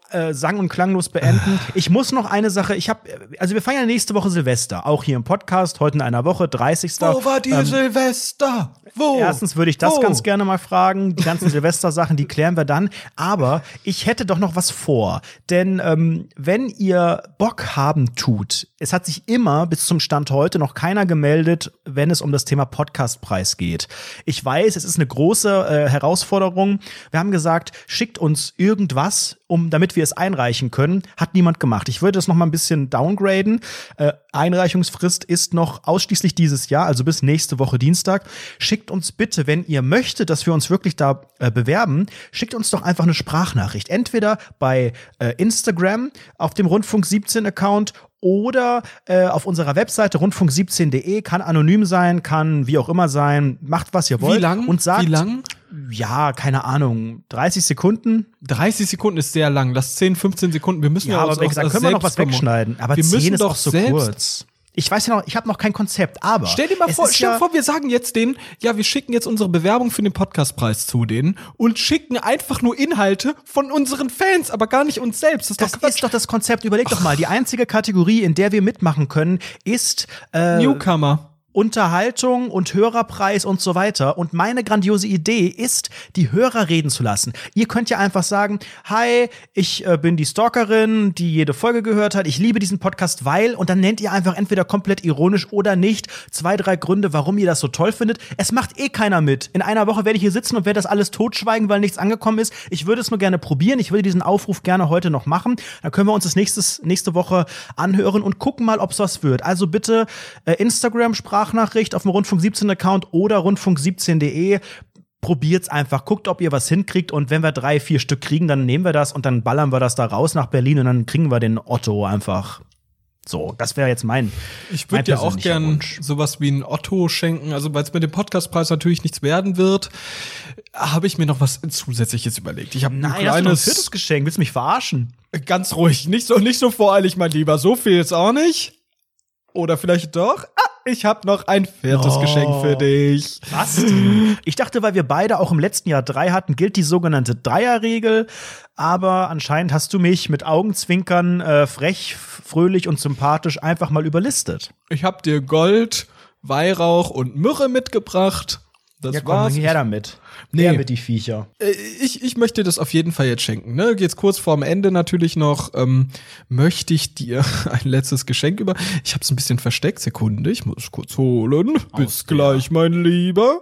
sang- und klanglos beenden. Ich muss noch eine Sache, also wir feiern nächste Woche Silvester, auch hier im Podcast, heute in einer Woche, 30. Wo war die Silvester? Wo? Erstens würde ich das ganz gerne mal fragen. Die ganzen Silvester-Sachen, die klären wir dann. Aber ich hätte doch noch was vor. Denn wenn ihr Bock haben tut, es hat sich immer bis zum Stand heute noch keiner gemeldet, wenn es um das Thema Podcastpreis geht. Ich weiß, es ist eine große Herausforderung. Wir haben gesagt, schickt uns irgendwas, damit wir es einreichen können. Hat niemand gemacht. Ich würde das noch mal ein bisschen downgraden. Einreichungsfrist ist noch ausschließlich dieses Jahr, also bis nächste Woche Dienstag. Schickt uns bitte, wenn ihr möchtet, dass wir uns wirklich da bewerben, schickt uns doch einfach eine Sprachnachricht. Entweder bei Instagram auf dem Rundfunk 17 Account oder auf unserer Webseite rundfunk17.de, kann anonym sein, kann wie auch immer sein, macht was ihr wollt. Wie lang? Und sagt, Wie lang? Ja, keine Ahnung, 30 Sekunden. 30 Sekunden ist sehr lang, lass 10, 15 Sekunden. Wir müssen Ja, aber wie gesagt, können wir noch was wegschneiden. Aber wir 10 müssen ist doch auch so selbst kurz. Ich weiß ja noch, ich habe noch kein Konzept, aber Stell dir mal vor, wir sagen jetzt wir schicken jetzt unsere Bewerbung für den Podcastpreis zu denen und schicken einfach nur Inhalte von unseren Fans, aber gar nicht uns selbst. Das ist doch das Konzept. Überleg doch mal, die einzige Kategorie, in der wir mitmachen können, ist Newcomer. Unterhaltung und Hörerpreis und so weiter. Und meine grandiose Idee ist, die Hörer reden zu lassen. Ihr könnt ja einfach sagen, hi, ich bin die Stalkerin, die jede Folge gehört hat. Ich liebe diesen Podcast, weil, und dann nennt ihr einfach entweder komplett ironisch oder nicht 2, 3 Gründe, warum ihr das so toll findet. Es macht eh keiner mit. In einer Woche werde ich hier sitzen und werde das alles totschweigen, weil nichts angekommen ist. Ich würde es nur gerne probieren. Ich würde diesen Aufruf gerne heute noch machen. Dann können wir uns das nächste Woche anhören und gucken mal, ob es was wird. Also bitte Instagram, Sprachnachricht auf dem Rundfunk 17 Account oder rundfunk17.de. Probiert's einfach, guckt, ob ihr was hinkriegt und wenn wir 3, 4 Stück kriegen, dann nehmen wir das und dann ballern wir das da raus nach Berlin und dann kriegen wir den Otto einfach. So, das wäre jetzt Ich würde dir auch gern Wunsch. sowas wie ein Otto schenken. Also, weil es mit dem Podcastpreis natürlich nichts werden wird, habe ich mir noch was Zusätzliches überlegt. Ich habe ein Nein, das ist doch ein kleines 4. Geschenk. Willst du mich verarschen? Ganz ruhig, nicht so voreilig, mein Lieber. So viel jetzt auch nicht. Oder vielleicht doch? Ich habe noch ein 4. Geschenk für dich. Was denn? Ich dachte, weil wir beide auch im letzten Jahr 3 hatten, gilt die sogenannte Dreierregel. Aber anscheinend hast du mich mit Augenzwinkern frech, fröhlich und sympathisch einfach mal überlistet. Ich habe dir Gold, Weihrauch und Myrrhe mitgebracht. Das Ja, komm, war's. her damit. Nee. Her mit die Viecher. Ich möchte das auf jeden Fall jetzt schenken. Ne? Jetzt kurz vorm Ende natürlich noch, möchte ich dir ein letztes Geschenk Ich habe es ein bisschen versteckt. Sekunde, ich muss es kurz holen. Bis gleich, mein Lieber.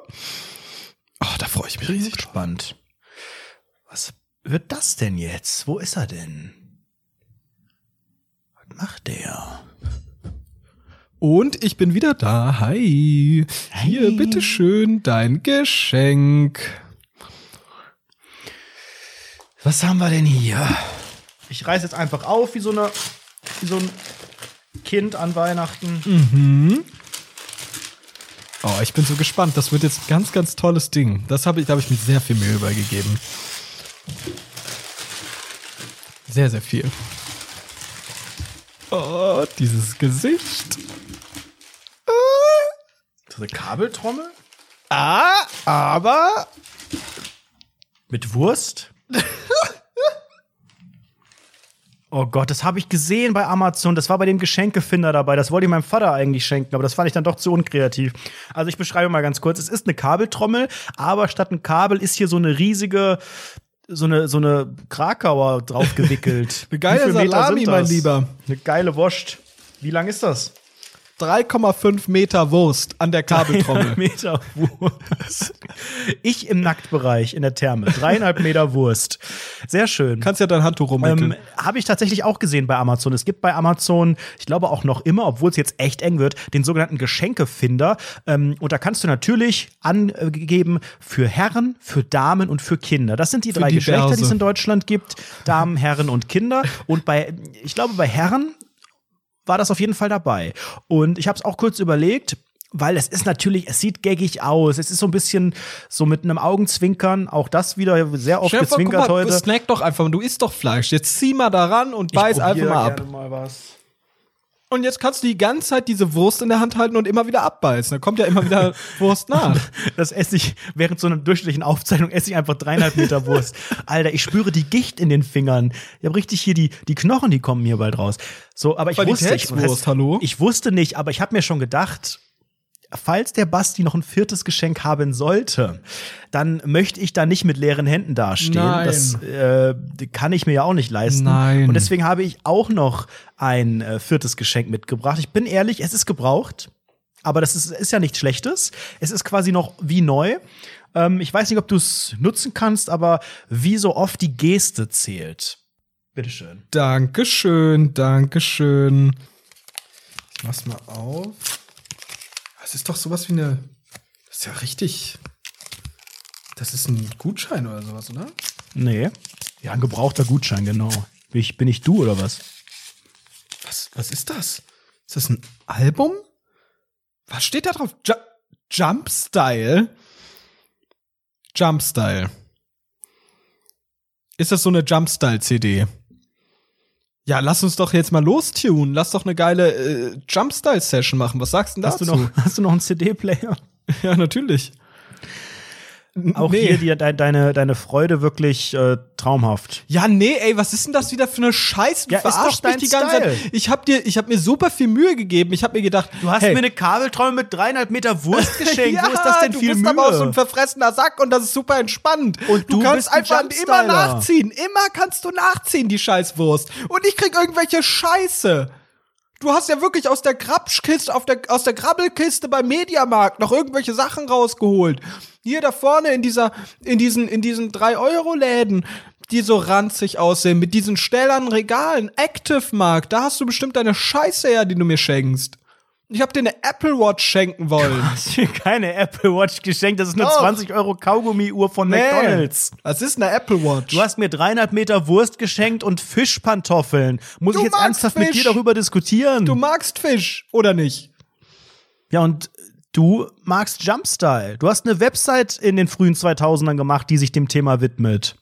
Da freue ich mich riesig. Gespannt. Was wird das denn jetzt? Wo ist er denn? Was macht der? Und ich bin wieder da. Hi. Hier, bitteschön, dein Geschenk. Was haben wir denn hier? Ich reiß jetzt einfach auf wie so ein Kind an Weihnachten. Oh, ich bin so gespannt. Das wird jetzt ein ganz, ganz tolles Ding. Da habe ich mir sehr viel Mühe übergegeben. Sehr, sehr viel. Oh, dieses Gesicht. So eine Kabeltrommel? Aber Mit Wurst? Oh Gott, das habe ich gesehen bei Amazon. Das war bei dem Geschenkefinder dabei. Das wollte ich meinem Vater eigentlich schenken, aber das fand ich dann doch zu unkreativ. Also ich beschreibe mal ganz kurz. Es ist eine Kabeltrommel, aber statt ein Kabel ist hier so eine riesige, so eine Krakauer drauf gewickelt. Eine geile Wie viele Meter Salami, sind mein das? Lieber. Eine geile Wurst. Wie lang ist das? 3,5 Meter Wurst an der Kabeltrommel. Meter Wurst. Ich im Nacktbereich in der Therme. 3,5 Meter Wurst. Sehr schön. Kannst ja dein Handtuch rumwickeln. Habe ich tatsächlich auch gesehen bei Amazon. Es gibt bei Amazon, ich glaube auch noch immer, obwohl es jetzt echt eng wird, den sogenannten Geschenkefinder. Und da kannst du natürlich angeben für Herren, für Damen und für Kinder. Das sind die 3 Geschlechter, die es in Deutschland gibt. Damen, Herren und Kinder. Und ich glaube, bei Herren war das auf jeden Fall dabei. Und ich habe es auch kurz überlegt, weil es ist natürlich, es sieht gaggig aus. Es ist so ein bisschen so mit einem Augenzwinkern. Auch das wieder sehr oft gezwinkert heute. Snack doch einfach, du isst doch Fleisch. Jetzt zieh mal daran und beiß einfach mal ab. Gerne mal was. Und jetzt kannst du die ganze Zeit diese Wurst in der Hand halten und immer wieder abbeißen. Da kommt ja immer wieder Wurst nach. Das esse ich, während so einer durchschnittlichen Aufzeichnung esse ich einfach 3,5 Meter Wurst. Alter, ich spüre die Gicht in den Fingern. Ich habe richtig hier die Knochen, die kommen hier bald raus. So, aber ich hallo? Ich wusste nicht, aber ich habe mir schon gedacht, falls der Basti noch ein 4. Geschenk haben sollte, dann möchte ich da nicht mit leeren Händen dastehen. Nein. Das kann ich mir ja auch nicht leisten. Nein. Und deswegen habe ich auch noch ein 4. Geschenk mitgebracht. Ich bin ehrlich, es ist gebraucht, aber das ist ja nichts Schlechtes. Es ist quasi noch wie neu. Ich weiß nicht, ob du es nutzen kannst, aber wie so oft die Geste zählt. Bitteschön. Dankeschön. Ich mach's mal auf. Das ist doch sowas wie eine. Das ist ja richtig. Das ist ein Gutschein oder sowas, oder? Nee. Ja, ein gebrauchter Gutschein, genau. Bin ich du oder was? Was ist das? Ist das ein Album? Was steht da drauf? Jumpstyle? Jumpstyle. Ist das so eine Jumpstyle-CD? Ja, lass uns doch jetzt mal lostunen. Lass doch eine geile Jumpstyle-Session machen. Was sagst du denn dazu? Hast du noch einen CD-Player? Ja, natürlich. Auch hier deine Freude wirklich traumhaft. Ja, nee, ey, was ist denn das wieder für eine Scheiße? Du Ja, ist verarschst doch mich die dein ganze Style. Zeit. Ich hab mir super viel Mühe gegeben. Ich hab mir gedacht, Du hast hey, mir eine Kabeltrommel mit 3,5 Meter Wurst geschenkt. ja, Wo ist das denn du viel bist Mühe? aber auch so ein verfressener Sack und das ist super entspannt. Und du kannst bist ein einfach immer Jumpstyler. nachziehen. Immer kannst du nachziehen, die Scheißwurst. Und ich krieg irgendwelche Scheiße. Du hast ja wirklich aus der Grabschkiste, aus der Grabbelkiste beim Mediamarkt noch irgendwelche Sachen rausgeholt. Hier da vorne in diesen 3-Euro-Läden, die so ranzig aussehen, mit diesen stählernen Regalen, Active Markt, da hast du bestimmt deine Scheiße her, die du mir schenkst. Ich hab dir eine Apple Watch schenken wollen. Du hast mir keine Apple Watch geschenkt. Das ist eine Doch. 20 Euro Kaugummi-Uhr von McDonald's. Das ist eine Apple Watch. Du hast mir 3,5 Meter Wurst geschenkt und Fischpantoffeln. Muss Du ich jetzt magst ernsthaft mit Fisch. dir darüber diskutieren? Du magst Fisch, oder nicht? Ja, und du magst Jumpstyle. Du hast eine Website in den frühen 2000ern gemacht, die sich dem Thema widmet.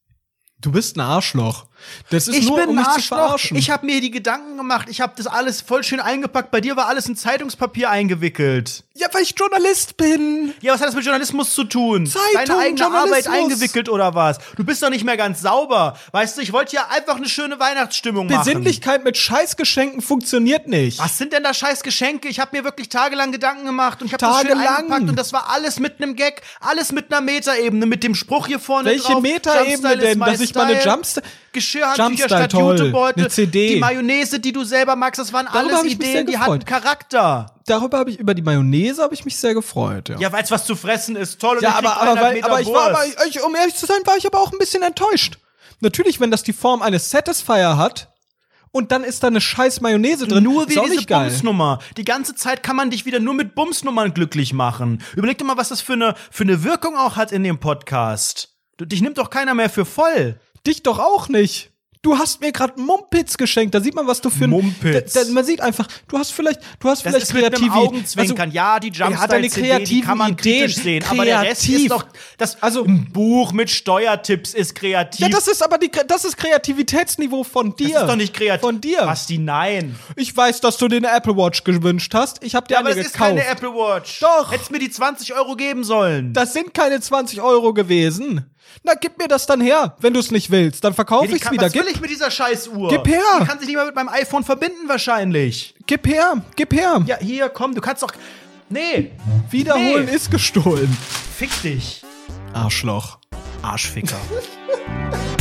Du bist ein Arschloch. Das ist Ich nur, bin um ein mich zu Arschloch. verarschen. Ich habe mir die Gedanken gemacht. Ich habe das alles voll schön eingepackt. Bei dir war alles in Zeitungspapier eingewickelt. Ja, weil ich Journalist bin. Ja, was hat das mit Journalismus zu tun? Zeitung, Deine eigene Journalismus. Arbeit eingewickelt oder was? Du bist doch nicht mehr ganz sauber. Weißt du, ich wollte ja einfach eine schöne Weihnachtsstimmung machen. Besinnlichkeit mit Scheißgeschenken funktioniert nicht. Was sind denn da scheiß Geschenke? Ich habe mir wirklich tagelang Gedanken gemacht und ich habe das schön Tagelang? eingepackt und das war alles mit einem Gag, alles mit einer Metaebene, mit dem Spruch hier vorne Welche drauf. Metaebene Jumpstyle denn? is my Dass ich mal eine style. Jumpstyle- Geschirrhandtücher Jumpstyle, statt toll. Jutebeutel, Eine CD. die Mayonnaise, die du selber magst, das waren Darüber alles hab ich mich sehr Ideen, die hatten gefreut. Charakter. Über die Mayonnaise habe ich mich sehr gefreut, ja. Ja, weil es was zu fressen ist, toll. Und Ja, ich krieg aber 300 Meter Wurst. um ehrlich zu sein, war ich aber auch ein bisschen enttäuscht. Natürlich, wenn das die Form eines Satisfier hat und dann ist da eine scheiß Mayonnaise drin, Nur ist wie auch diese nicht geil. Bumsnummer. Die ganze Zeit kann man dich wieder nur mit Bumsnummern glücklich machen. Überleg dir mal, was das für eine Wirkung auch hat in dem Podcast. Dich nimmt doch keiner mehr für voll. Dich doch auch nicht. Du hast mir gerade Mumpitz geschenkt. Da sieht man, was du für ein Mumpitz. Man sieht einfach, du hast vielleicht Das ist mit einem Augenzwinkern. Ja, die hat eine Jumpstyle-CD, die kann man kreative kritisch Ideen. sehen. Aber der Rest Kreativ. ist doch, ein Buch mit Steuertipps ist kreativ. Ja, das ist Kreativitätsniveau von dir. Das ist doch nicht kreativ. Von dir. Basti, nein. Ich weiß, dass du dir eine Apple Watch gewünscht hast. Ich habe dir Ja, eine aber das gekauft. ist keine Apple Watch. Doch. Hättest mir die 20 Euro geben sollen. Das sind keine 20 Euro gewesen. Na, gib mir das dann her, wenn du es nicht willst. Dann verkaufe ich's wieder. Was will ich mit dieser scheiß Uhr? Gib her. Die kann sich nicht mal mit meinem iPhone verbinden wahrscheinlich. Gib her. Ja, hier, komm, du kannst doch. Nee. Wiederholen Nee. ist gestohlen. Fick dich. Arschloch. Arschficker.